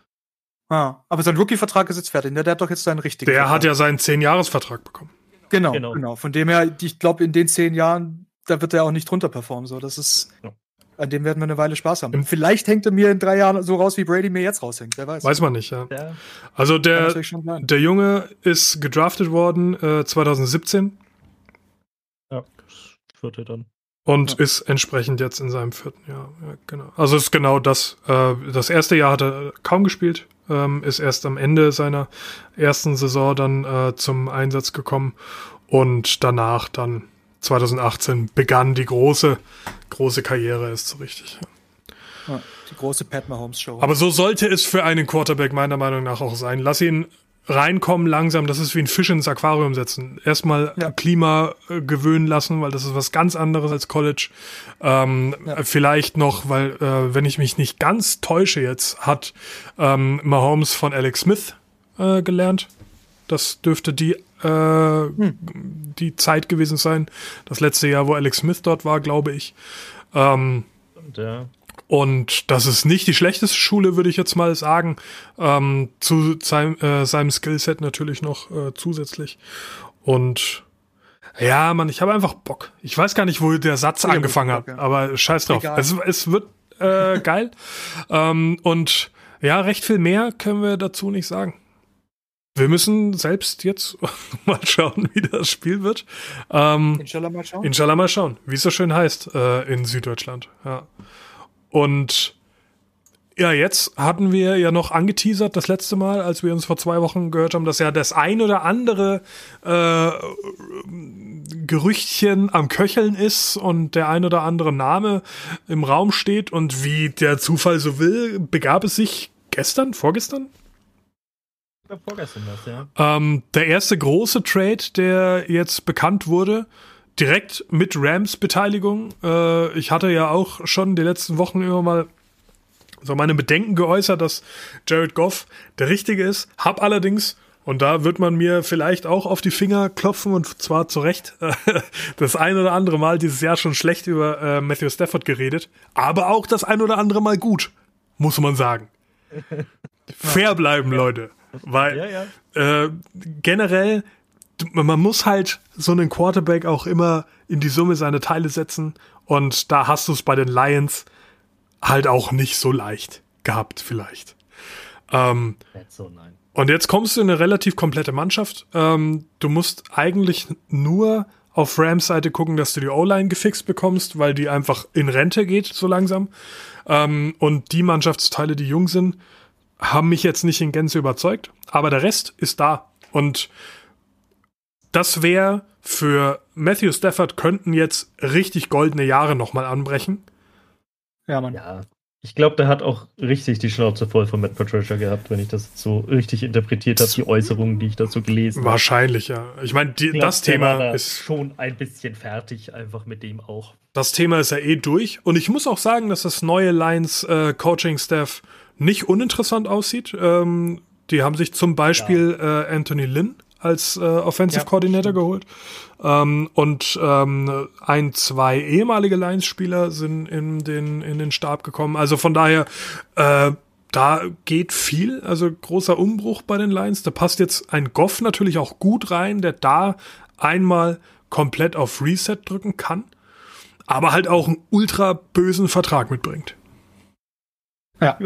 Ah, aber sein Rookie-Vertrag ist jetzt fertig. Ne? Der hat doch jetzt seinen richtigen Der Vertrag. hat ja seinen zehn-Jahres-Vertrag bekommen. Genau, Genau. genau. Von dem her, ich glaube, in den zehn Jahren, da wird er auch nicht drunter performen. So, das ist, Ja. an dem werden wir eine Weile Spaß haben. Vielleicht hängt er mir in drei Jahren so raus, wie Brady mir jetzt raushängt. Wer weiß. Weiß man nicht, ja. ja. Also Kann der, natürlich schon sein. der Junge ist gedraftet worden äh, zwanzig siebzehn Ja, das vierte dann. und Ja. ist entsprechend jetzt in seinem vierten Jahr. Ja, genau. Also ist genau das. Äh, das erste Jahr hat er kaum gespielt, ähm, ist erst am Ende seiner ersten Saison dann äh, zum Einsatz gekommen und danach dann zwanzig achtzehn begann die große, große Karriere, ist so richtig. Ja. Ja, die große Pat Mahomes Show. Aber so sollte es für einen Quarterback meiner Meinung nach auch sein. Lass ihn reinkommen langsam, das ist wie ein Fisch ins Aquarium setzen. Erstmal Ja. Klima äh, gewöhnen lassen, weil das ist was ganz anderes als College. Ähm, Ja. Vielleicht noch, weil, äh, wenn ich mich nicht ganz täusche jetzt, hat ähm, Mahomes von Alex Smith äh, gelernt. Das dürfte die, äh, die Zeit gewesen sein. Das letzte Jahr, wo Alex Smith dort war, glaube ich. Ähm, Und, ja. und das ist nicht die schlechteste Schule, würde ich jetzt mal sagen. Ähm, zu seinem, äh, seinem Skillset natürlich noch äh, zusätzlich. Und ja, Mann, ich habe einfach Bock. Ich weiß gar nicht, wo der Satz Ich hab angefangen Bock, hat, ja. aber scheiß drauf. Egal. Es, es wird äh, geil. ähm, und ja, recht viel mehr können wir dazu nicht sagen. Wir müssen selbst jetzt mal schauen, wie das Spiel wird. Ähm, Inshallah mal schauen. Inshallah mal schauen, wie es so schön heißt äh, in Süddeutschland. Ja. Und ja, jetzt hatten wir ja noch angeteasert das letzte Mal, als wir uns vor zwei Wochen gehört haben, dass ja das ein oder andere äh, Gerüchtchen am Köcheln ist und der ein oder andere Name im Raum steht. Und wie der Zufall so will, begab es sich gestern, vorgestern? Ich glaube, vorgestern das, ja. Ähm, der erste große Trade, der jetzt bekannt wurde, direkt mit Rams-Beteiligung. Äh, ich hatte ja auch schon die letzten Wochen immer mal so meine Bedenken geäußert, dass Jared Goff der Richtige ist. Hab allerdings Und da wird man mir vielleicht auch auf die Finger klopfen und zwar zu Recht das ein oder andere Mal dieses Jahr schon schlecht über äh, Matthew Stafford geredet, aber auch das ein oder andere Mal gut, muss man sagen. Fair bleiben, Leute. Weil Ja, ja. äh, generell, man muss halt so einen Quarterback auch immer in die Summe seine Teile setzen und da hast du es bei den Lions halt auch nicht so leicht gehabt vielleicht. Ähm, Nicht so, nein. und jetzt kommst du in eine relativ komplette Mannschaft. Ähm, du musst eigentlich nur auf Rams Seite gucken, dass du die O-Line gefixt bekommst, weil die einfach in Rente geht so langsam. Ähm, und die Mannschaftsteile, die jung sind, haben mich jetzt nicht in Gänze überzeugt. Aber der Rest ist da. Und das wäre für Matthew Stafford könnten jetzt richtig goldene Jahre nochmal anbrechen. Ja, Mann. Ja. Ich glaube, der hat auch richtig die Schnauze voll von Matt Patricia gehabt, wenn ich das so richtig interpretiert habe, die Äußerungen, die ich dazu gelesen habe. Wahrscheinlich, ja. Ich meine, Ich glaub, das der Thema war da ist schon ein bisschen fertig, einfach mit dem auch. das Thema ist ja eh durch. Und ich muss auch sagen, dass das neue Lions äh, Coaching Staff nicht uninteressant aussieht. Ähm, die haben sich zum Beispiel äh, Anthony Lynn als äh, Offensive Ja, Coordinator stimmt. geholt. Ähm, und ähm, ein, zwei ehemalige Lions-Spieler sind in den, in den Stab gekommen. Also von daher, äh, da geht viel. Also großer Umbruch bei den Lions. Da passt jetzt ein Goff natürlich auch gut rein, der da einmal komplett auf Reset drücken kann, aber halt auch einen ultra bösen Vertrag mitbringt. Ja.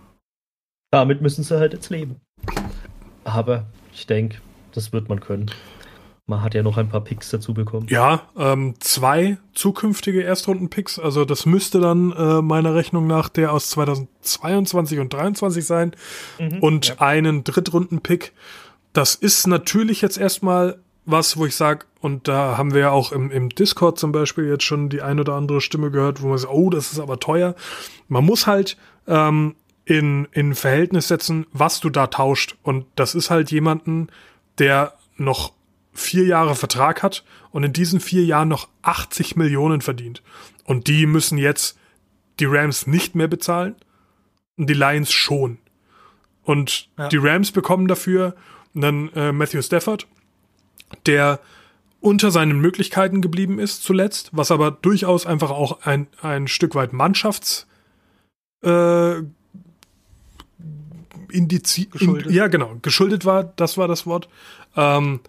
Damit müssen sie halt jetzt leben. Aber ich denke, das wird man können. Man hat ja noch ein paar Picks dazu bekommen. Ja, ähm, zwei zukünftige Erstrunden-Picks. Also das müsste dann äh, meiner Rechnung nach der aus zweitausendzweiundzwanzig und dreiundzwanzig sein. Mhm, Und ja. einen Drittrunden-Pick. Das ist natürlich jetzt erstmal was, wo ich sage, und da haben wir ja auch im, im Discord zum Beispiel jetzt schon die ein oder andere Stimme gehört, wo man sagt, oh, das ist aber teuer. Man muss halt ähm, in, in Verhältnis setzen, was du da tauscht. Und das ist halt jemanden, der noch vier Jahre Vertrag hat und in diesen vier Jahren noch achtzig Millionen verdient. Und die müssen jetzt die Rams nicht mehr bezahlen und die Lions schon. Und Ja. die Rams bekommen dafür dann äh, Matthew Stafford, der unter seinen Möglichkeiten geblieben ist zuletzt, was aber durchaus einfach auch ein, ein Stück weit Mannschafts äh, indizi- Geschuldet. In, ja, genau, geschuldet war, das war das Wort. Ähm,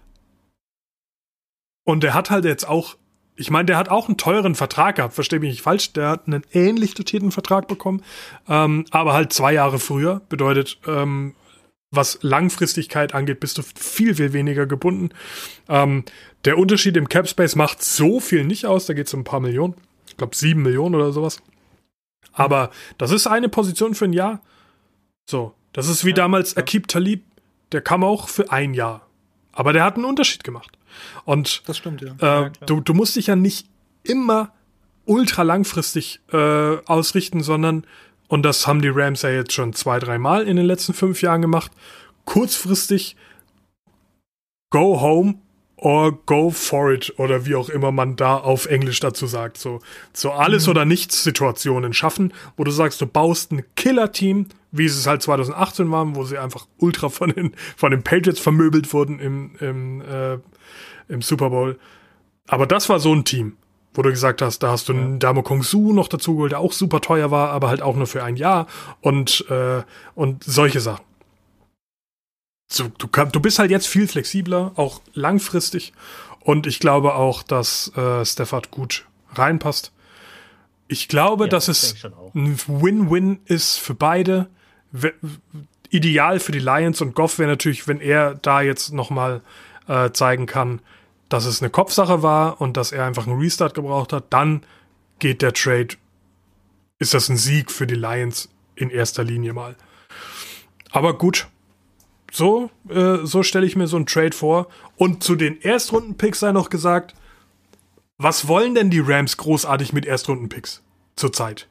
und der hat halt jetzt auch, ich meine, der hat auch einen teuren Vertrag gehabt, verstehe mich nicht falsch, der hat einen ähnlich dotierten Vertrag bekommen, ähm, aber halt zwei Jahre früher, bedeutet, ähm, was Langfristigkeit angeht, bist du viel, viel weniger gebunden. Ähm, der Unterschied im Capspace macht so viel nicht aus, da geht es um ein paar Millionen, ich glaube sieben Millionen oder sowas. Aber das ist eine Position für ein Jahr. So, das ist wie Ja, damals ja. Aqib Talib, der kam auch für ein Jahr. Aber der hat einen Unterschied gemacht. Und Das stimmt, ja. äh, klar. du, du musst dich ja nicht immer ultra langfristig äh, ausrichten, sondern, und das haben die Rams ja jetzt schon zwei, drei Mal in den letzten fünf Jahren gemacht, kurzfristig go home or go for it oder wie auch immer man da auf Englisch dazu sagt. So, so alles oder nichts Situationen schaffen, wo du sagst, du baust ein Killer-Team, wie es halt zweitausendachtzehn war, wo sie einfach ultra von den, von den Patriots vermöbelt wurden im, im, äh, im Super Bowl. Aber das war so ein Team, wo du gesagt hast, da hast du einen Damo Kong Su noch dazu geholt, der auch super teuer war, aber halt auch nur für ein Jahr und, äh, und solche Sachen. So, du, kann, du bist halt jetzt viel flexibler, auch langfristig. Und ich glaube auch, dass äh, Stafford gut reinpasst. Ich glaube, Ja, dass das es denk ich schon auch. ein Win-Win ist für beide. We- Ideal für die Lions und Goff wäre natürlich, wenn er da jetzt nochmal äh, zeigen kann, dass es eine Kopfsache war und dass er einfach einen Restart gebraucht hat. Dann geht der Trade, ist das ein Sieg für die Lions in erster Linie mal. Aber gut. So, äh, so stelle ich mir so einen Trade vor. Und zu den Erstrunden-Picks sei noch gesagt, was wollen denn die Rams großartig mit Erstrunden-Picks zurzeit?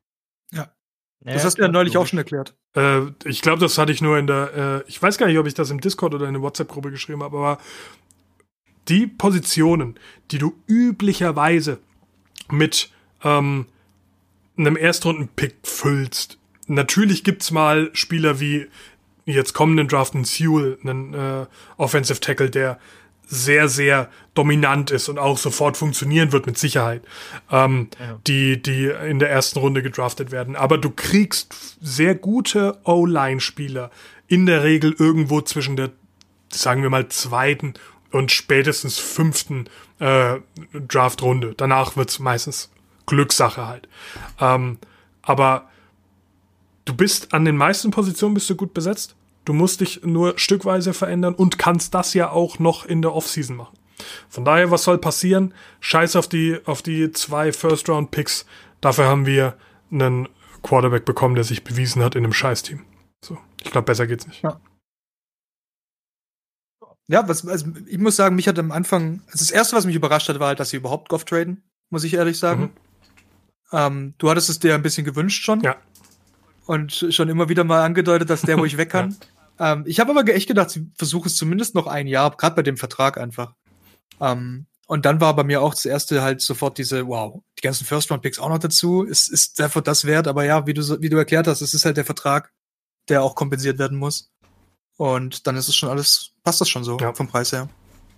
Das hast du ja neulich auch schon erklärt. Äh, ich glaube, das hatte ich nur in der, äh, ich weiß gar nicht, ob ich das im Discord oder in der WhatsApp-Gruppe geschrieben habe, aber die Positionen, die du üblicherweise mit ähm, einem Erstrunden-Pick füllst, natürlich gibt's mal Spieler wie jetzt kommenden Draft einen Sewell, einen äh, Offensive Tackle, der sehr, sehr dominant ist und auch sofort funktionieren wird mit Sicherheit, ähm, ja. die, die in der ersten Runde gedraftet werden. Aber du kriegst sehr gute O-Line-Spieler in der Regel irgendwo zwischen der, sagen wir mal, zweiten und spätestens fünften äh, Draftrunde. Danach wird's meistens Glückssache halt. Ähm, aber du bist an den meisten Positionen bist du gut besetzt. Du musst dich nur stückweise verändern und kannst das ja auch noch in der Offseason machen. Von daher, was soll passieren? Scheiß auf die, auf die zwei First-Round-Picks. Dafür haben wir einen Quarterback bekommen, der sich bewiesen hat in einem Scheiß-Team. So, ich glaube, besser geht's nicht. Ja, ja was, also ich muss sagen, mich hat am Anfang, also das Erste, was mich überrascht hat, war halt, dass sie überhaupt Goff traden, muss ich ehrlich sagen. Mhm. Ähm, du hattest es dir ein bisschen gewünscht schon. Ja. Und schon immer wieder mal angedeutet, dass der ruhig weg kann. Ja. Ähm, ich habe aber echt gedacht, sie versuchen es zumindest noch ein Jahr, gerade bei dem Vertrag einfach. Ähm, und dann war bei mir auch das erste halt sofort diese, wow, die ganzen First-Round-Picks auch noch dazu. Ist, ist Stafford das wert? Aber ja, wie du, wie du erklärt hast, es ist halt der Vertrag, der auch kompensiert werden muss. Und dann ist es schon alles, passt das schon so, ja, vom Preis her.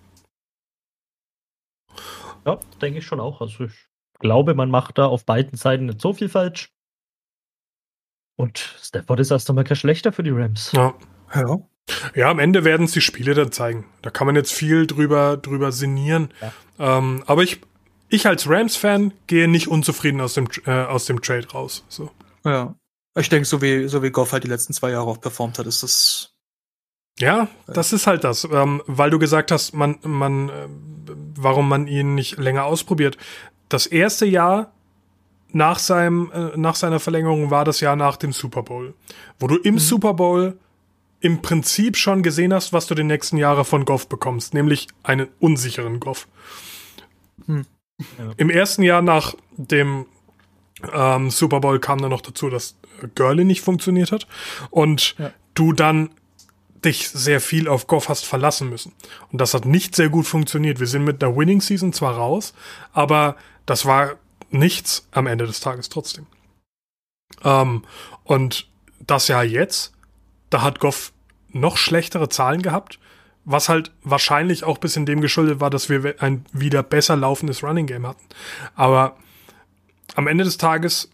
Ja, denke ich schon auch. Also ich glaube, man macht da auf beiden Seiten nicht so viel falsch. Und Stafford ist erst einmal kein schlechter für die Rams. Ja. Ja. Ja, am Ende werden es die Spiele dann zeigen. Da kann man jetzt viel drüber, drüber sinnieren. Ja. Ähm, aber ich, ich als Rams-Fan gehe nicht unzufrieden aus dem, äh, aus dem Trade raus. So. Ja. Ich denke, so wie, so wie Goff halt die letzten zwei Jahre auch performt hat, ist das. Ja, das ist halt das. Ähm, weil du gesagt hast, man, man, äh, warum man ihn nicht länger ausprobiert. Das erste Jahr nach seinem, äh, nach seiner Verlängerung war das Jahr nach dem Super Bowl. Wo du im mhm. Super Bowl im Prinzip schon gesehen hast, was du die nächsten Jahre von Goff bekommst, nämlich einen unsicheren Goff. Hm. Ja. Im ersten Jahr nach dem ähm, Super Bowl kam dann noch dazu, dass Gurley nicht funktioniert hat und ja. du dann dich sehr viel auf Goff hast verlassen müssen. Und das hat nicht sehr gut funktioniert. Wir sind mit einer Winning Season zwar raus, aber das war nichts am Ende des Tages trotzdem. Ähm, und das Jahr jetzt, da hat Goff noch schlechtere Zahlen gehabt, was halt wahrscheinlich auch bis in dem geschuldet war, dass wir ein wieder besser laufendes Running Game hatten. Aber am Ende des Tages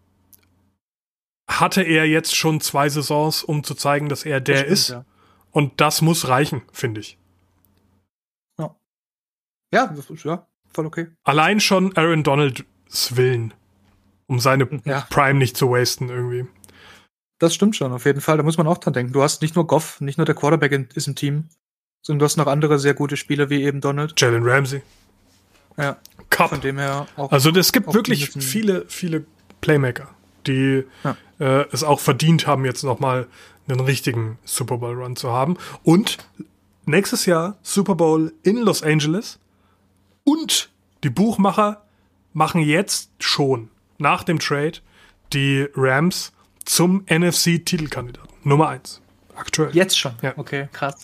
hatte er jetzt schon zwei Saisons, um zu zeigen, dass er der das stimmt, ist. Ja. Und das muss reichen, finde ich. Ja. Ja, das ist ja voll okay. Allein schon Aaron Donalds Willen, um seine ja. Prime nicht zu wasten irgendwie. Das stimmt schon, auf jeden Fall. Da muss man auch dran denken. Du hast nicht nur Goff, nicht nur der Quarterback in, ist im Team, sondern du hast noch andere sehr gute Spieler, wie eben Donald. Jalen Ramsey. Ja. Cup. Von dem her auch. Also es gibt wirklich viele, viele Playmaker, die ja. äh, es auch verdient haben, jetzt nochmal einen richtigen Super Bowl Run zu haben. Und nächstes Jahr Super Bowl in Los Angeles. Und die Buchmacher machen jetzt schon nach dem Trade die Rams zum N F C-Titelkandidaten. Nummer eins. Aktuell. Jetzt schon? Ja. Okay, krass.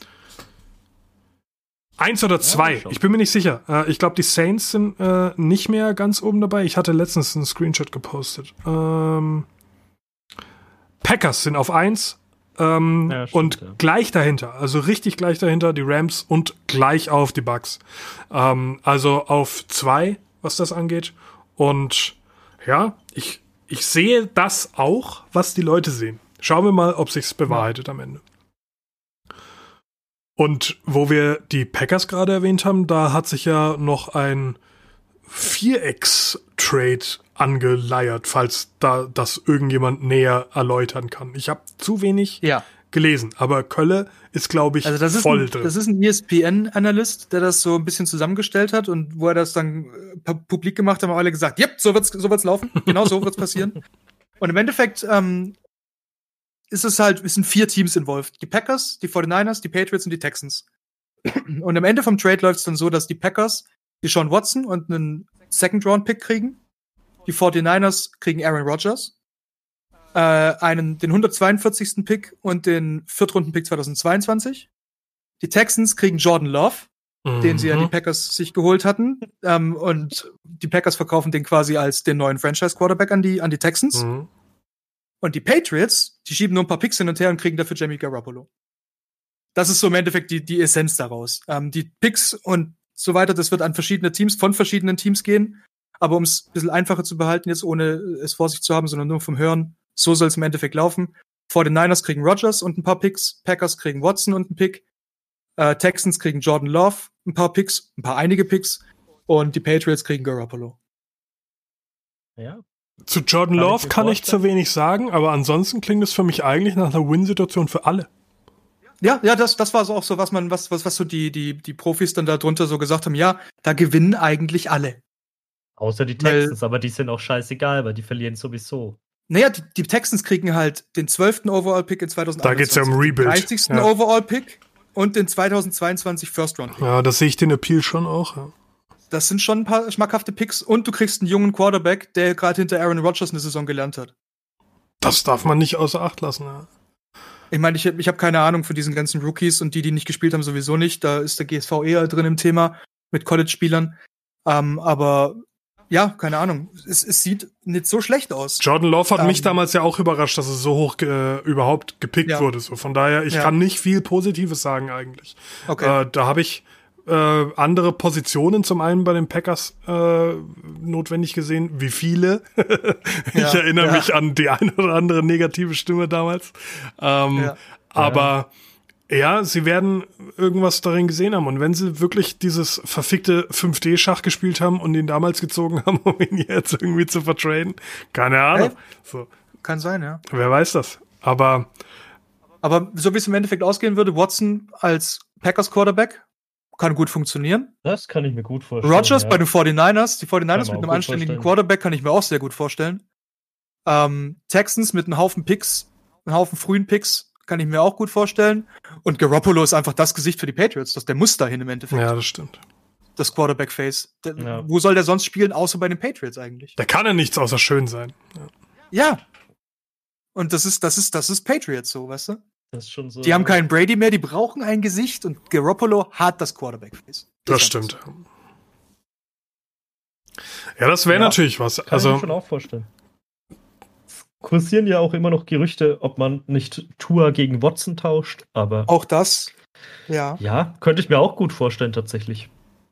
Eins oder zwei. Ja, ich bin mir nicht sicher. Äh, ich glaube, die Saints sind äh, nicht mehr ganz oben dabei. Ich hatte letztens einen Screenshot gepostet. Ähm, Packers sind auf eins. Ähm, ja, stimmt, und ja. gleich dahinter, also richtig gleich dahinter, die Rams und gleich auf die Bucks. Ähm, also auf zwei, was das angeht. Und ja, ich Ich sehe das auch, was die Leute sehen. Schauen wir mal, ob sich's bewahrheitet am Ende. Und wo wir die Packers gerade erwähnt haben, da hat sich ja noch ein Vierecks-Trade angeleiert, falls da das irgendjemand näher erläutern kann. Ich habe zu wenig ja. gelesen, aber Kölle ist, glaube ich, also das ist voll ein, drin. Das ist ein E S P N-Analyst, der das so ein bisschen zusammengestellt hat und wo er das dann äh, publik gemacht hat, haben alle gesagt, yep, so wird's, so wird's laufen, genau so wird's passieren. Und im Endeffekt ähm, ist es halt, es sind vier Teams involviert. Die Packers, die forty-niners, die Patriots und die Texans. Und am Ende vom Trade läuft es dann so, dass die Packers die Sean Watson und einen Second-Round-Pick kriegen. Die forty-niners kriegen Aaron Rodgers. Äh, einen, den hundertzweiundvierzigsten Pick und den Viertrunden-Pick zweitausendzweiundzwanzig. Die Texans kriegen Jordan Love, mhm. den sie ja die Packers sich geholt hatten. Ähm, und die Packers verkaufen den quasi als den neuen Franchise-Quarterback an die, an die Texans. Mhm. Und die Patriots, die schieben nur ein paar Picks hin und her und kriegen dafür Jimmy Garoppolo. Das ist so im Endeffekt die, die Essenz daraus. Ähm, die Picks und so weiter, das wird an verschiedene Teams, von verschiedenen Teams gehen. Aber um es ein bisschen einfacher zu behalten, jetzt ohne es vor sich zu haben, sondern nur vom Hören, so soll es im Endeffekt laufen. forty-niners kriegen Rodgers und ein paar Picks, Packers kriegen Watson und einen Pick, äh, Texans kriegen Jordan Love ein paar Picks, ein paar einige Picks und die Patriots kriegen Garoppolo. Ja. Zu Jordan Kann Love ich mir kann ich vorstellen. zu wenig sagen, aber ansonsten klingt es für mich eigentlich nach einer Win-Situation für alle. Ja, ja, das, das war so auch so, was man, was, was, was so die, die, die Profis dann da drunter so gesagt haben, ja, da gewinnen eigentlich alle. Außer die Weil- Texans, aber die sind auch scheißegal, weil die verlieren sowieso. Naja, die, die Texans kriegen halt den zwölften Overall-Pick in zwanzig Da geht's ja um Rebuild. den dreißigsten Ja. Overall-Pick und den zweitausendzweiundzwanzig First-Round-Pick. Ja, das sehe ich den Appeal schon auch. Ja. Das sind schon ein paar schmackhafte Picks und du kriegst einen jungen Quarterback, der gerade hinter Aaron Rodgers eine Saison gelernt hat. Das darf man nicht außer Acht lassen. Ja. Ich meine, ich, ich habe keine Ahnung von diesen ganzen Rookies und die, die nicht gespielt haben, sowieso nicht. Da ist der G S V eher drin im Thema mit College-Spielern. Ähm, aber ja, keine Ahnung. Es, es sieht nicht so schlecht aus. Jordan Love hat Ähm, mich damals ja auch überrascht, dass es so hoch äh, überhaupt gepickt Ja. wurde. So, von daher, ich Ja. kann nicht viel Positives sagen eigentlich. Okay. Äh, da habe ich äh, andere Positionen zum einen bei den Packers äh, notwendig gesehen. Wie viele? ich Ja, erinnere ja. mich an die eine oder andere negative Stimme damals. Ähm, Ja. Aber ja, sie werden irgendwas darin gesehen haben. Und wenn sie wirklich dieses verfickte fünf D-Schach gespielt haben und ihn damals gezogen haben, um ihn jetzt irgendwie zu vertraden, keine Ahnung. Hey. So, Kann sein, ja. wer weiß das. Aber Aber so wie es im Endeffekt ausgehen würde, Watson als Packers-Quarterback kann gut funktionieren. Das kann ich mir gut vorstellen. Rodgers ja. bei den forty-niners, die forty-niners Kann mit man einem auch gut anständigen vorstellen. Quarterback kann ich mir auch sehr gut vorstellen. Ähm, Texans mit einem Haufen Picks, einem Haufen frühen Picks, kann ich mir auch gut vorstellen. Und Garoppolo ist einfach das Gesicht für die Patriots. Das, der muss dahin im Endeffekt. ja, das stimmt. Das Quarterback-Face. Der- Ja. Wo soll der sonst spielen, außer bei den Patriots eigentlich? Da kann ja nichts außer schön sein. Ja. Und das ist, das ist, das ist Patriots so, weißt du? Das ist schon so. Die haben keinen Brady mehr, die brauchen ein Gesicht und Garoppolo hat das Quarterback-Face. Das Ist einfach stimmt. Ja, das wäre Ja, natürlich was. Kann ich Also mir schon auch vorstellen. Es kursieren ja auch immer noch Gerüchte, ob man nicht Tua gegen Watson tauscht, aber Auch das, ja. ja, könnte ich mir auch gut vorstellen tatsächlich.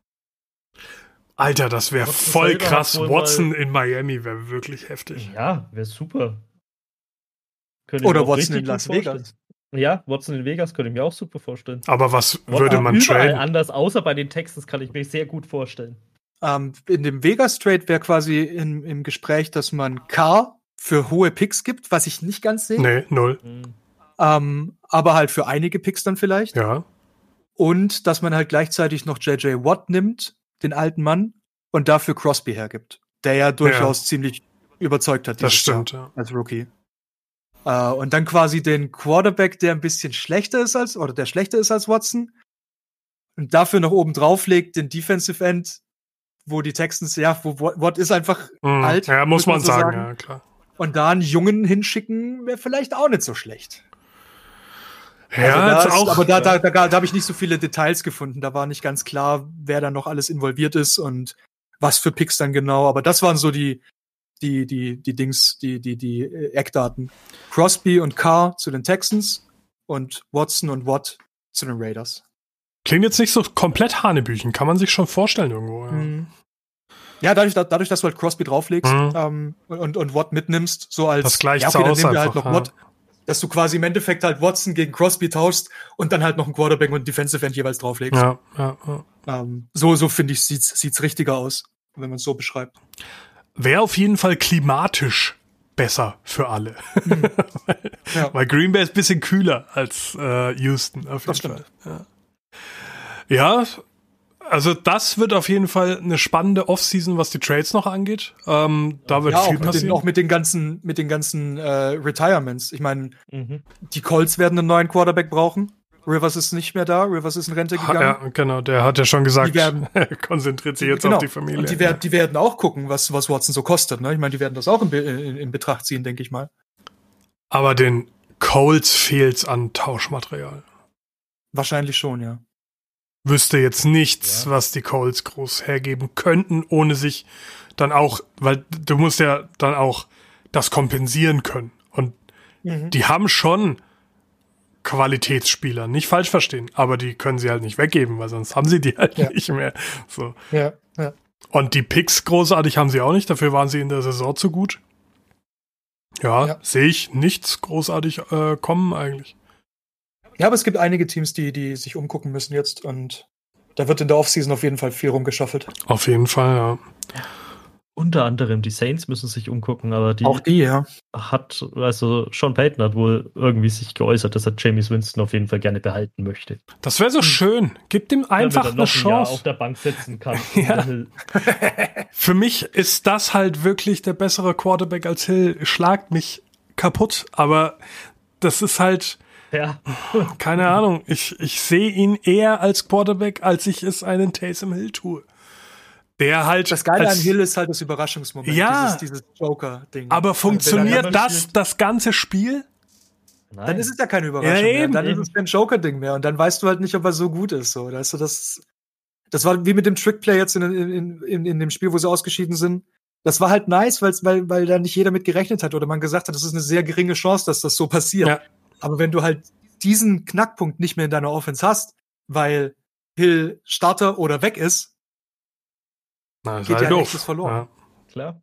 Alter, das wäre Watson voll selber krass. hat wohl Watson mal- in Miami wäre wirklich heftig. Ja, wäre super. Könnte ich Oder mir auch Watson richtig in Las gut vorstellen. Vegas. Ja, Watson in Vegas könnte ich mir auch super vorstellen. Aber was Watson würde man überall traden? anders, außer bei den Texans, kann ich mir sehr gut vorstellen. Ähm, in dem Vegas-Trade wäre quasi in, im Gespräch, dass man Carr für hohe Picks gibt, was ich nicht ganz sehe. Nee, null. Hm. Ähm, aber halt für einige Picks dann vielleicht. Ja. Und dass man halt gleichzeitig noch J J Watt nimmt, den alten Mann, und dafür Crosby hergibt. Der ja durchaus ziemlich überzeugt hat. Das dieses stimmt, Jahr ja. als Rookie. Äh, und dann quasi den Quarterback, der ein bisschen schlechter ist als, oder der schlechter ist als Watson. Und dafür noch oben drauf legt den Defensive End, wo die Texans, ja, wo Watt ist einfach Mhm. alt. Ja, muss man so sagen, ja, klar. Und da einen Jungen hinschicken, wäre vielleicht auch nicht so schlecht. Ja, Also da jetzt ist, auch. aber da, da, da, da habe ich nicht so viele Details gefunden. Da war nicht ganz klar, wer da noch alles involviert ist und was für Picks dann genau. Aber das waren so die, die, die, die Dings, die, die, die äh, Eckdaten. Crosby und Carr zu den Texans und Watson und Watt zu den Raiders. Klingt jetzt nicht so komplett Hanebüchen, kann man sich schon vorstellen irgendwo. Ja. Mhm. Ja, dadurch, da- dadurch, dass du halt Crosby drauflegst Mhm. ähm, und, und Watt mitnimmst, so als Das gleicht ja, okay, dann aus nehmen wir halt einfach, noch ja. Watt, dass du quasi im Endeffekt halt Watson gegen Crosby tauschst und dann halt noch einen Quarterback und einen Defensive End jeweils drauflegst. Ja, ja, ja. Ähm, so, so finde ich, sieht's, sieht's richtiger aus, wenn man es so beschreibt. Wäre auf jeden Fall klimatisch besser für alle. Ja. Weil Green Bay ist ein bisschen kühler als äh, Houston. Auf jeden Das stimmt. Fall. Ja. ja, also das wird auf jeden Fall eine spannende Offseason, was die Trades noch angeht. Ähm, da wird Ja, auch viel mit, den, passieren. auch mit den ganzen, mit den ganzen äh, Retirements. Ich meine, Mhm. die Colts werden einen neuen Quarterback brauchen. Rivers ist nicht mehr da. Rivers ist in Rente Ha, gegangen. ja, genau, der hat ja schon gesagt, Die werden- er konzentriert sich jetzt Genau. auf die Familie. Und die, werd, die werden auch gucken, was, was Watson so kostet. Ne? Ich meine, die werden das auch in, Be in, in Betracht ziehen, denke ich mal. Aber den Colts fehlt's an Tauschmaterial. Wahrscheinlich schon, ja. Wüsste jetzt nichts, Ja. was die Colts groß hergeben könnten, ohne sich dann auch, weil du musst ja dann auch das kompensieren können. Und Mhm. die haben schon Qualitätsspieler, nicht falsch verstehen, aber die können sie halt nicht weggeben, weil sonst haben sie die halt Ja. nicht mehr. So. Ja, ja. Und die Picks großartig haben sie auch nicht, dafür waren sie in der Saison zu gut. Ja, Ja. sehe ich nichts großartig äh, kommen eigentlich. Ja, aber es gibt einige Teams, die, die sich umgucken müssen jetzt und da wird in der Offseason auf jeden Fall viel rumgeschaffelt. Auf jeden Fall, ja. Unter anderem die Saints müssen sich umgucken, aber die Auch die, ja. hat, also Sean Payton hat wohl irgendwie sich geäußert, dass er Jameis Winston auf jeden Fall gerne behalten möchte. Das wäre so schön. Gib ihm einfach Damit er eine noch ein Jahr Chance. auf der Bank sitzen kann. Ja. Hill. Für mich ist das halt wirklich der bessere Quarterback als Hill. Schlagt mich kaputt, aber das ist halt, Ja. keine Ahnung, ich, ich sehe ihn eher als Quarterback, als ich es einen Taysom Hill tue. Der halt Das Geile als, an Hill ist halt das Überraschungsmoment, Ja. dieses, dieses Joker-Ding. aber Also, funktioniert wenn er- das das ganze Spiel? Nein. Dann ist es ja keine Überraschung Ja, mehr. eben, Dann eben. ist es kein Joker-Ding mehr. Und dann weißt du halt nicht, ob er so gut ist. So. Weißt du, das, das war wie mit dem Trickplay jetzt in, in, in, in dem Spiel, wo sie ausgeschieden sind. Das war halt nice, weil's, weil, weil da nicht jeder mit gerechnet hat oder man gesagt hat, das ist eine sehr geringe Chance, dass das so passiert. Ja. Aber wenn du halt diesen Knackpunkt nicht mehr in deiner Offense hast, weil Hill Starter oder weg ist, Na, ist geht halt ja doof. echtes verloren. Ja. Klar.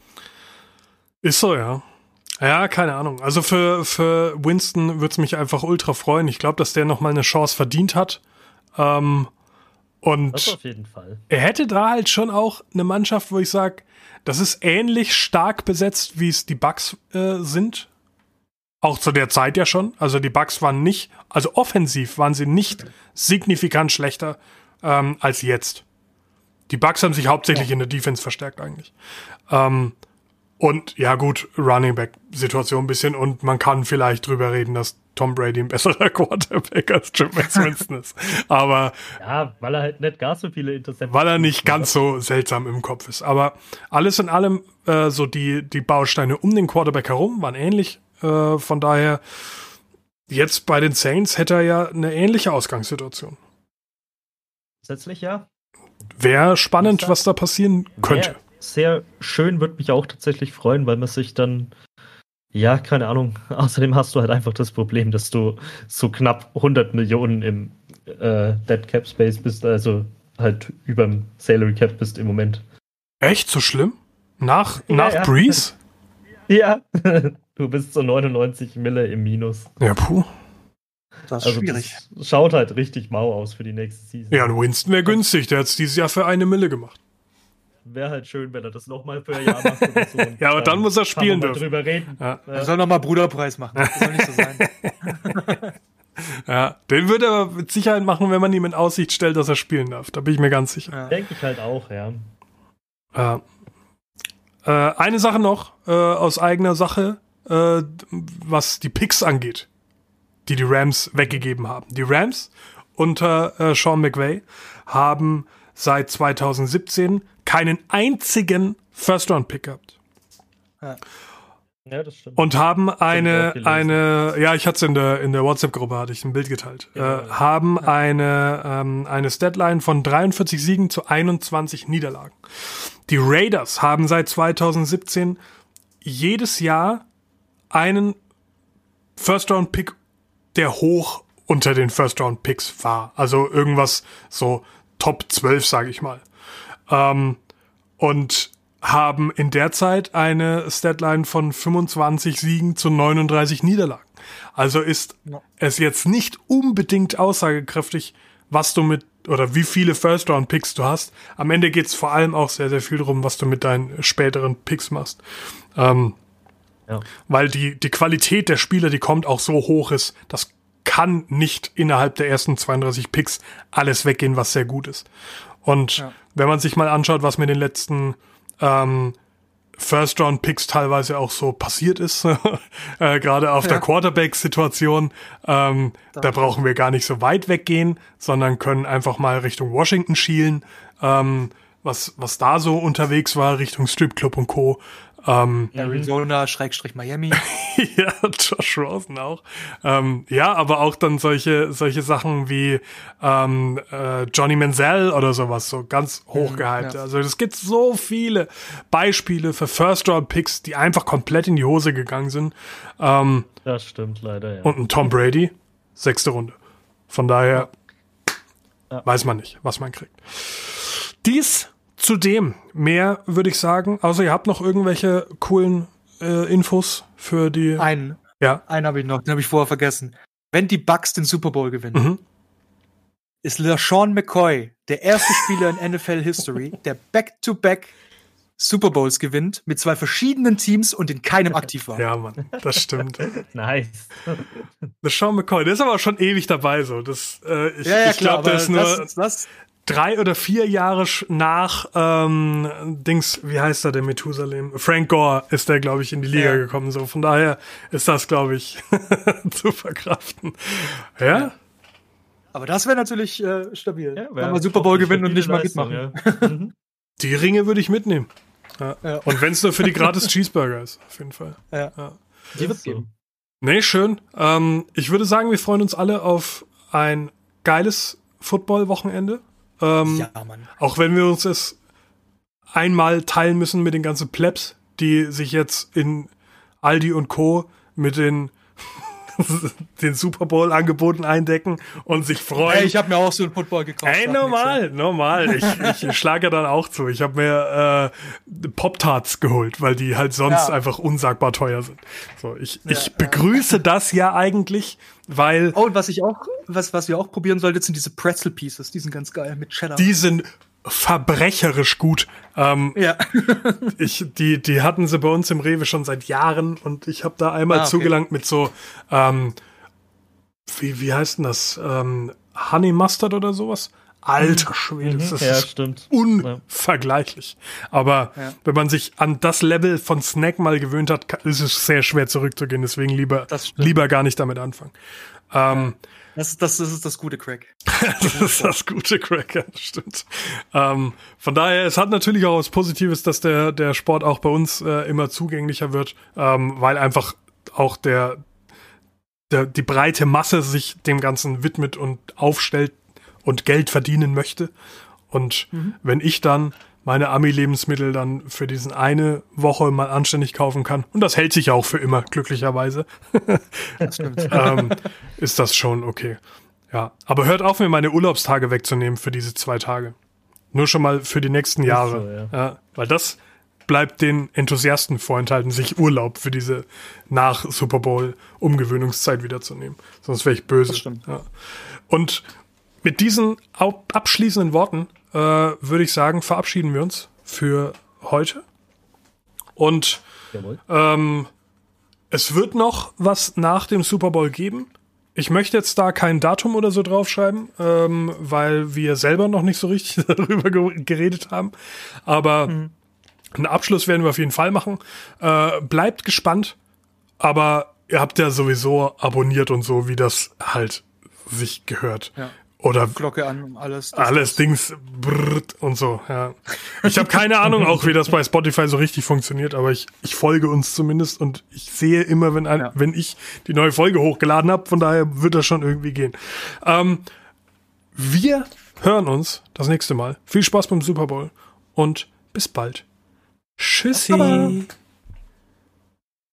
Ist so, ja. Ja, keine Ahnung. Also für, für Winston würde es mich einfach ultra freuen. Ich glaube, dass der nochmal eine Chance verdient hat. Ähm, Das und auf jeden Fall. er hätte da halt schon auch eine Mannschaft, wo ich sage, das ist ähnlich stark besetzt, wie es die Bucks äh, sind. Auch zu der Zeit ja schon. Also die Bucks waren nicht, also offensiv waren sie nicht signifikant schlechter ähm, als jetzt. Die Bucks haben sich hauptsächlich in der Defense verstärkt eigentlich. Ähm, und ja gut, Running Back Situation ein bisschen und man kann vielleicht drüber reden, dass Tom Brady ein besserer Quarterback als Jameis Winston ist. Aber Ja, weil er halt nicht gar so viele Interceptions weil er nicht ganz so seltsam im Kopf ist. Aber alles in allem, äh, so die, die Bausteine um den Quarterback herum waren ähnlich. Äh, von daher, jetzt bei den Saints hätte er ja eine ähnliche Ausgangssituation. Grundsätzlich ja. Wäre spannend, was da passieren könnte. Wär sehr schön, würde mich auch tatsächlich freuen, weil man sich dann, ja, keine Ahnung, außerdem hast du halt einfach das Problem, dass du so knapp hundert Millionen im äh, Dead Cap Space bist, also halt überm Salary Cap bist im Moment. Echt so schlimm? Nach, Ja, nach ja. Breeze? Ja, du bist so neunundneunzig Mille im Minus. Ja, puh. Das ist Also schwierig. das schaut halt richtig mau aus für die nächste Season. Ja, und Winston wäre günstig. Der hat es dieses Jahr für eine Mille gemacht. Wäre halt schön, wenn er das nochmal für ein Jahr macht oder so. Und Ja, aber dann muss er spielen kann man mal dürfen. drüber reden. Ja. Er Ja. soll nochmal Bruderpreis machen. Das soll nicht so sein. Ja, den würde er mit Sicherheit machen, wenn man ihm in Aussicht stellt, dass er spielen darf. Da bin ich mir ganz sicher. Ja. Denke ich halt auch, ja. Ja. Äh, eine Sache noch äh, aus eigener Sache, äh, was die Picks angeht, die die Rams weggegeben haben. Die Rams unter äh, Sean McVay haben seit zwanzig siebzehn keinen einzigen First-Round-Pick gehabt. Ja. Ja, das stimmt. Und haben eine, gelesen. eine, ja, ich hatte es in der, in der WhatsApp-Gruppe, hatte ich ein Bild geteilt, Genau. äh, haben eine, ähm, eine Statline von dreiundvierzig Siegen zu einundzwanzig Niederlagen. Die Raiders haben seit zwanzig siebzehn jedes Jahr einen First-Round-Pick, der hoch unter den First-Round-Picks war. Also irgendwas so Top zwölf, sage ich mal. Ähm, und haben in der Zeit eine Statline von fünfundzwanzig Siegen zu neununddreißig Niederlagen. Also ist Ja. es jetzt nicht unbedingt aussagekräftig, was du mit oder wie viele First-Round-Picks du hast. Am Ende geht es vor allem auch sehr, sehr viel darum, was du mit deinen späteren Picks machst. Ähm, Ja. Weil die, die Qualität der Spieler, die kommt, auch so hoch ist, das kann nicht innerhalb der ersten zweiunddreißig Picks alles weggehen, was sehr gut ist. Und Ja. wenn man sich mal anschaut, was mit den letzten ähm, First-Round-Picks teilweise auch so passiert ist, äh, gerade auf Ja. der Quarterback-Situation, ähm, da Da- brauchen wir gar nicht so weit weggehen, sondern können einfach mal Richtung Washington schielen, ähm, was, was da so unterwegs war, Richtung Stripclub und Co. Ähm, Arizona, Schrägstrich Miami. ja, Josh Rosen auch. Ähm, ja, aber auch dann solche solche Sachen wie ähm, äh, Johnny Manziel oder sowas, so ganz hochgehypt. ja. Also es gibt so viele Beispiele für First-Round-Picks, die einfach komplett in die Hose gegangen sind. Ähm, Das stimmt leider, ja. und ein Tom Brady, sechste Runde. Von daher Ja. weiß man nicht, was man kriegt. Dies zudem, mehr würde ich sagen. Außer ihr habt noch irgendwelche coolen äh, Infos für die... Einen, Ja. einen habe ich noch, den habe ich vorher vergessen. Wenn die Bucks den Super Bowl gewinnen, Mhm. ist LaShawn McCoy der erste Spieler in N F L History, der Back-to-Back Super Bowls gewinnt mit zwei verschiedenen Teams und in keinem aktiv war. Ja, Mann, das stimmt. Nice. Das Sean McCoy, der ist aber auch schon ewig dabei. So. Das, äh, ich Ja, ja, ich klar, glaube, der aber ist nur das, das, drei oder vier Jahre sch- nach ähm, Dings, wie heißt er, der Methusalem? Frank Gore ist der, glaube ich, in die Liga Ja. gekommen. So. Von daher ist das, glaube ich, zu verkraften. Ja? Ja. aber das wäre natürlich äh, stabil. Ja, Wenn wir Super Bowl gewinnen und nicht mal mitmachen. Ja. Mhm. Die Ringe würde ich mitnehmen. Ja. Ja. Und wenn es nur für die gratis Cheeseburger ist, auf jeden Fall. Ja. Ja. Die wird's So. geben. Nee, schön. Ähm, ich würde sagen, wir freuen uns alle auf ein geiles Football-Wochenende. Ähm, Ja, Mann. Auch wenn wir uns es einmal teilen müssen mit den ganzen Plebs, die sich jetzt in Aldi und Co. mit den, den Super Bowl-Angeboten eindecken und sich freuen. Ey, ich habe mir auch so einen Football gekauft. Ey, sag normal, normal. Ich, ich schlage dann auch zu. Ich habe mir äh, Pop-Tarts geholt, weil die halt sonst Ja. einfach unsagbar teuer sind. So, ich, Ja, ich ja. begrüße das ja eigentlich, weil Oh, und was ich auch, was, was wir auch probieren sollten, sind diese Pretzel Pieces. Die sind ganz geil mit Cheddar. die sind verbrecherisch gut. Ähm, ja. ich, die, die hatten sie bei uns im Rewe schon seit Jahren und ich habe da einmal Ah, okay. zugelangt mit so, ähm, wie, wie heißt denn das? Ähm, Honey Mustard oder sowas? Alter Schwede, das Ja, ist stimmt. unvergleichlich. Aber Ja. wenn man sich an das Level von Snack mal gewöhnt hat, ka- ist es sehr schwer zurückzugehen. Deswegen lieber, Das stimmt. lieber gar nicht damit anfangen. Ähm, Das, das, das ist das gute Crack. das ist das gute Cracker, das stimmt. Ähm, von daher, es hat natürlich auch was Positives, dass der, der Sport auch bei uns äh, immer zugänglicher wird, ähm, weil einfach auch der, der, die breite Masse sich dem Ganzen widmet und aufstellt und Geld verdienen möchte. Und wenn ich dann meine Ami-Lebensmittel dann für diesen eine Woche mal anständig kaufen kann, und das hält sich auch für immer, glücklicherweise, Das stimmt. ähm, ist das schon okay. Ja, aber hört auf, mir meine Urlaubstage wegzunehmen für diese zwei Tage. Nur schon mal für die nächsten Jahre. so, ja. Weil das bleibt den Enthusiasten vorenthalten, sich Urlaub für diese nach Super Bowl Umgewöhnungszeit wiederzunehmen. Sonst wäre ich böse. Das stimmt. Ja. Und mit diesen au- abschließenden Worten äh, würde ich sagen, verabschieden wir uns für heute. Und Jawohl. ähm, es wird noch was nach dem Super Bowl geben. Ich möchte jetzt da kein Datum oder so draufschreiben, ähm, weil wir selber noch nicht so richtig darüber ge- geredet haben. Aber einen Abschluss werden wir auf jeden Fall machen. Äh, bleibt gespannt, aber ihr habt ja sowieso abonniert und so, wie das halt sich gehört. Ja. Oder Glocke an und alles. Das- alles Dings brrrt und so, ja. Ich habe keine Ahnung auch, wie das bei Spotify so richtig funktioniert, aber ich, ich folge uns zumindest und ich sehe immer, wenn, ein, Ja. wenn ich die neue Folge hochgeladen habe, von daher wird das schon irgendwie gehen. Ähm, wir hören uns das nächste Mal. Viel Spaß beim Super Bowl und bis bald. Tschüssi. Baba.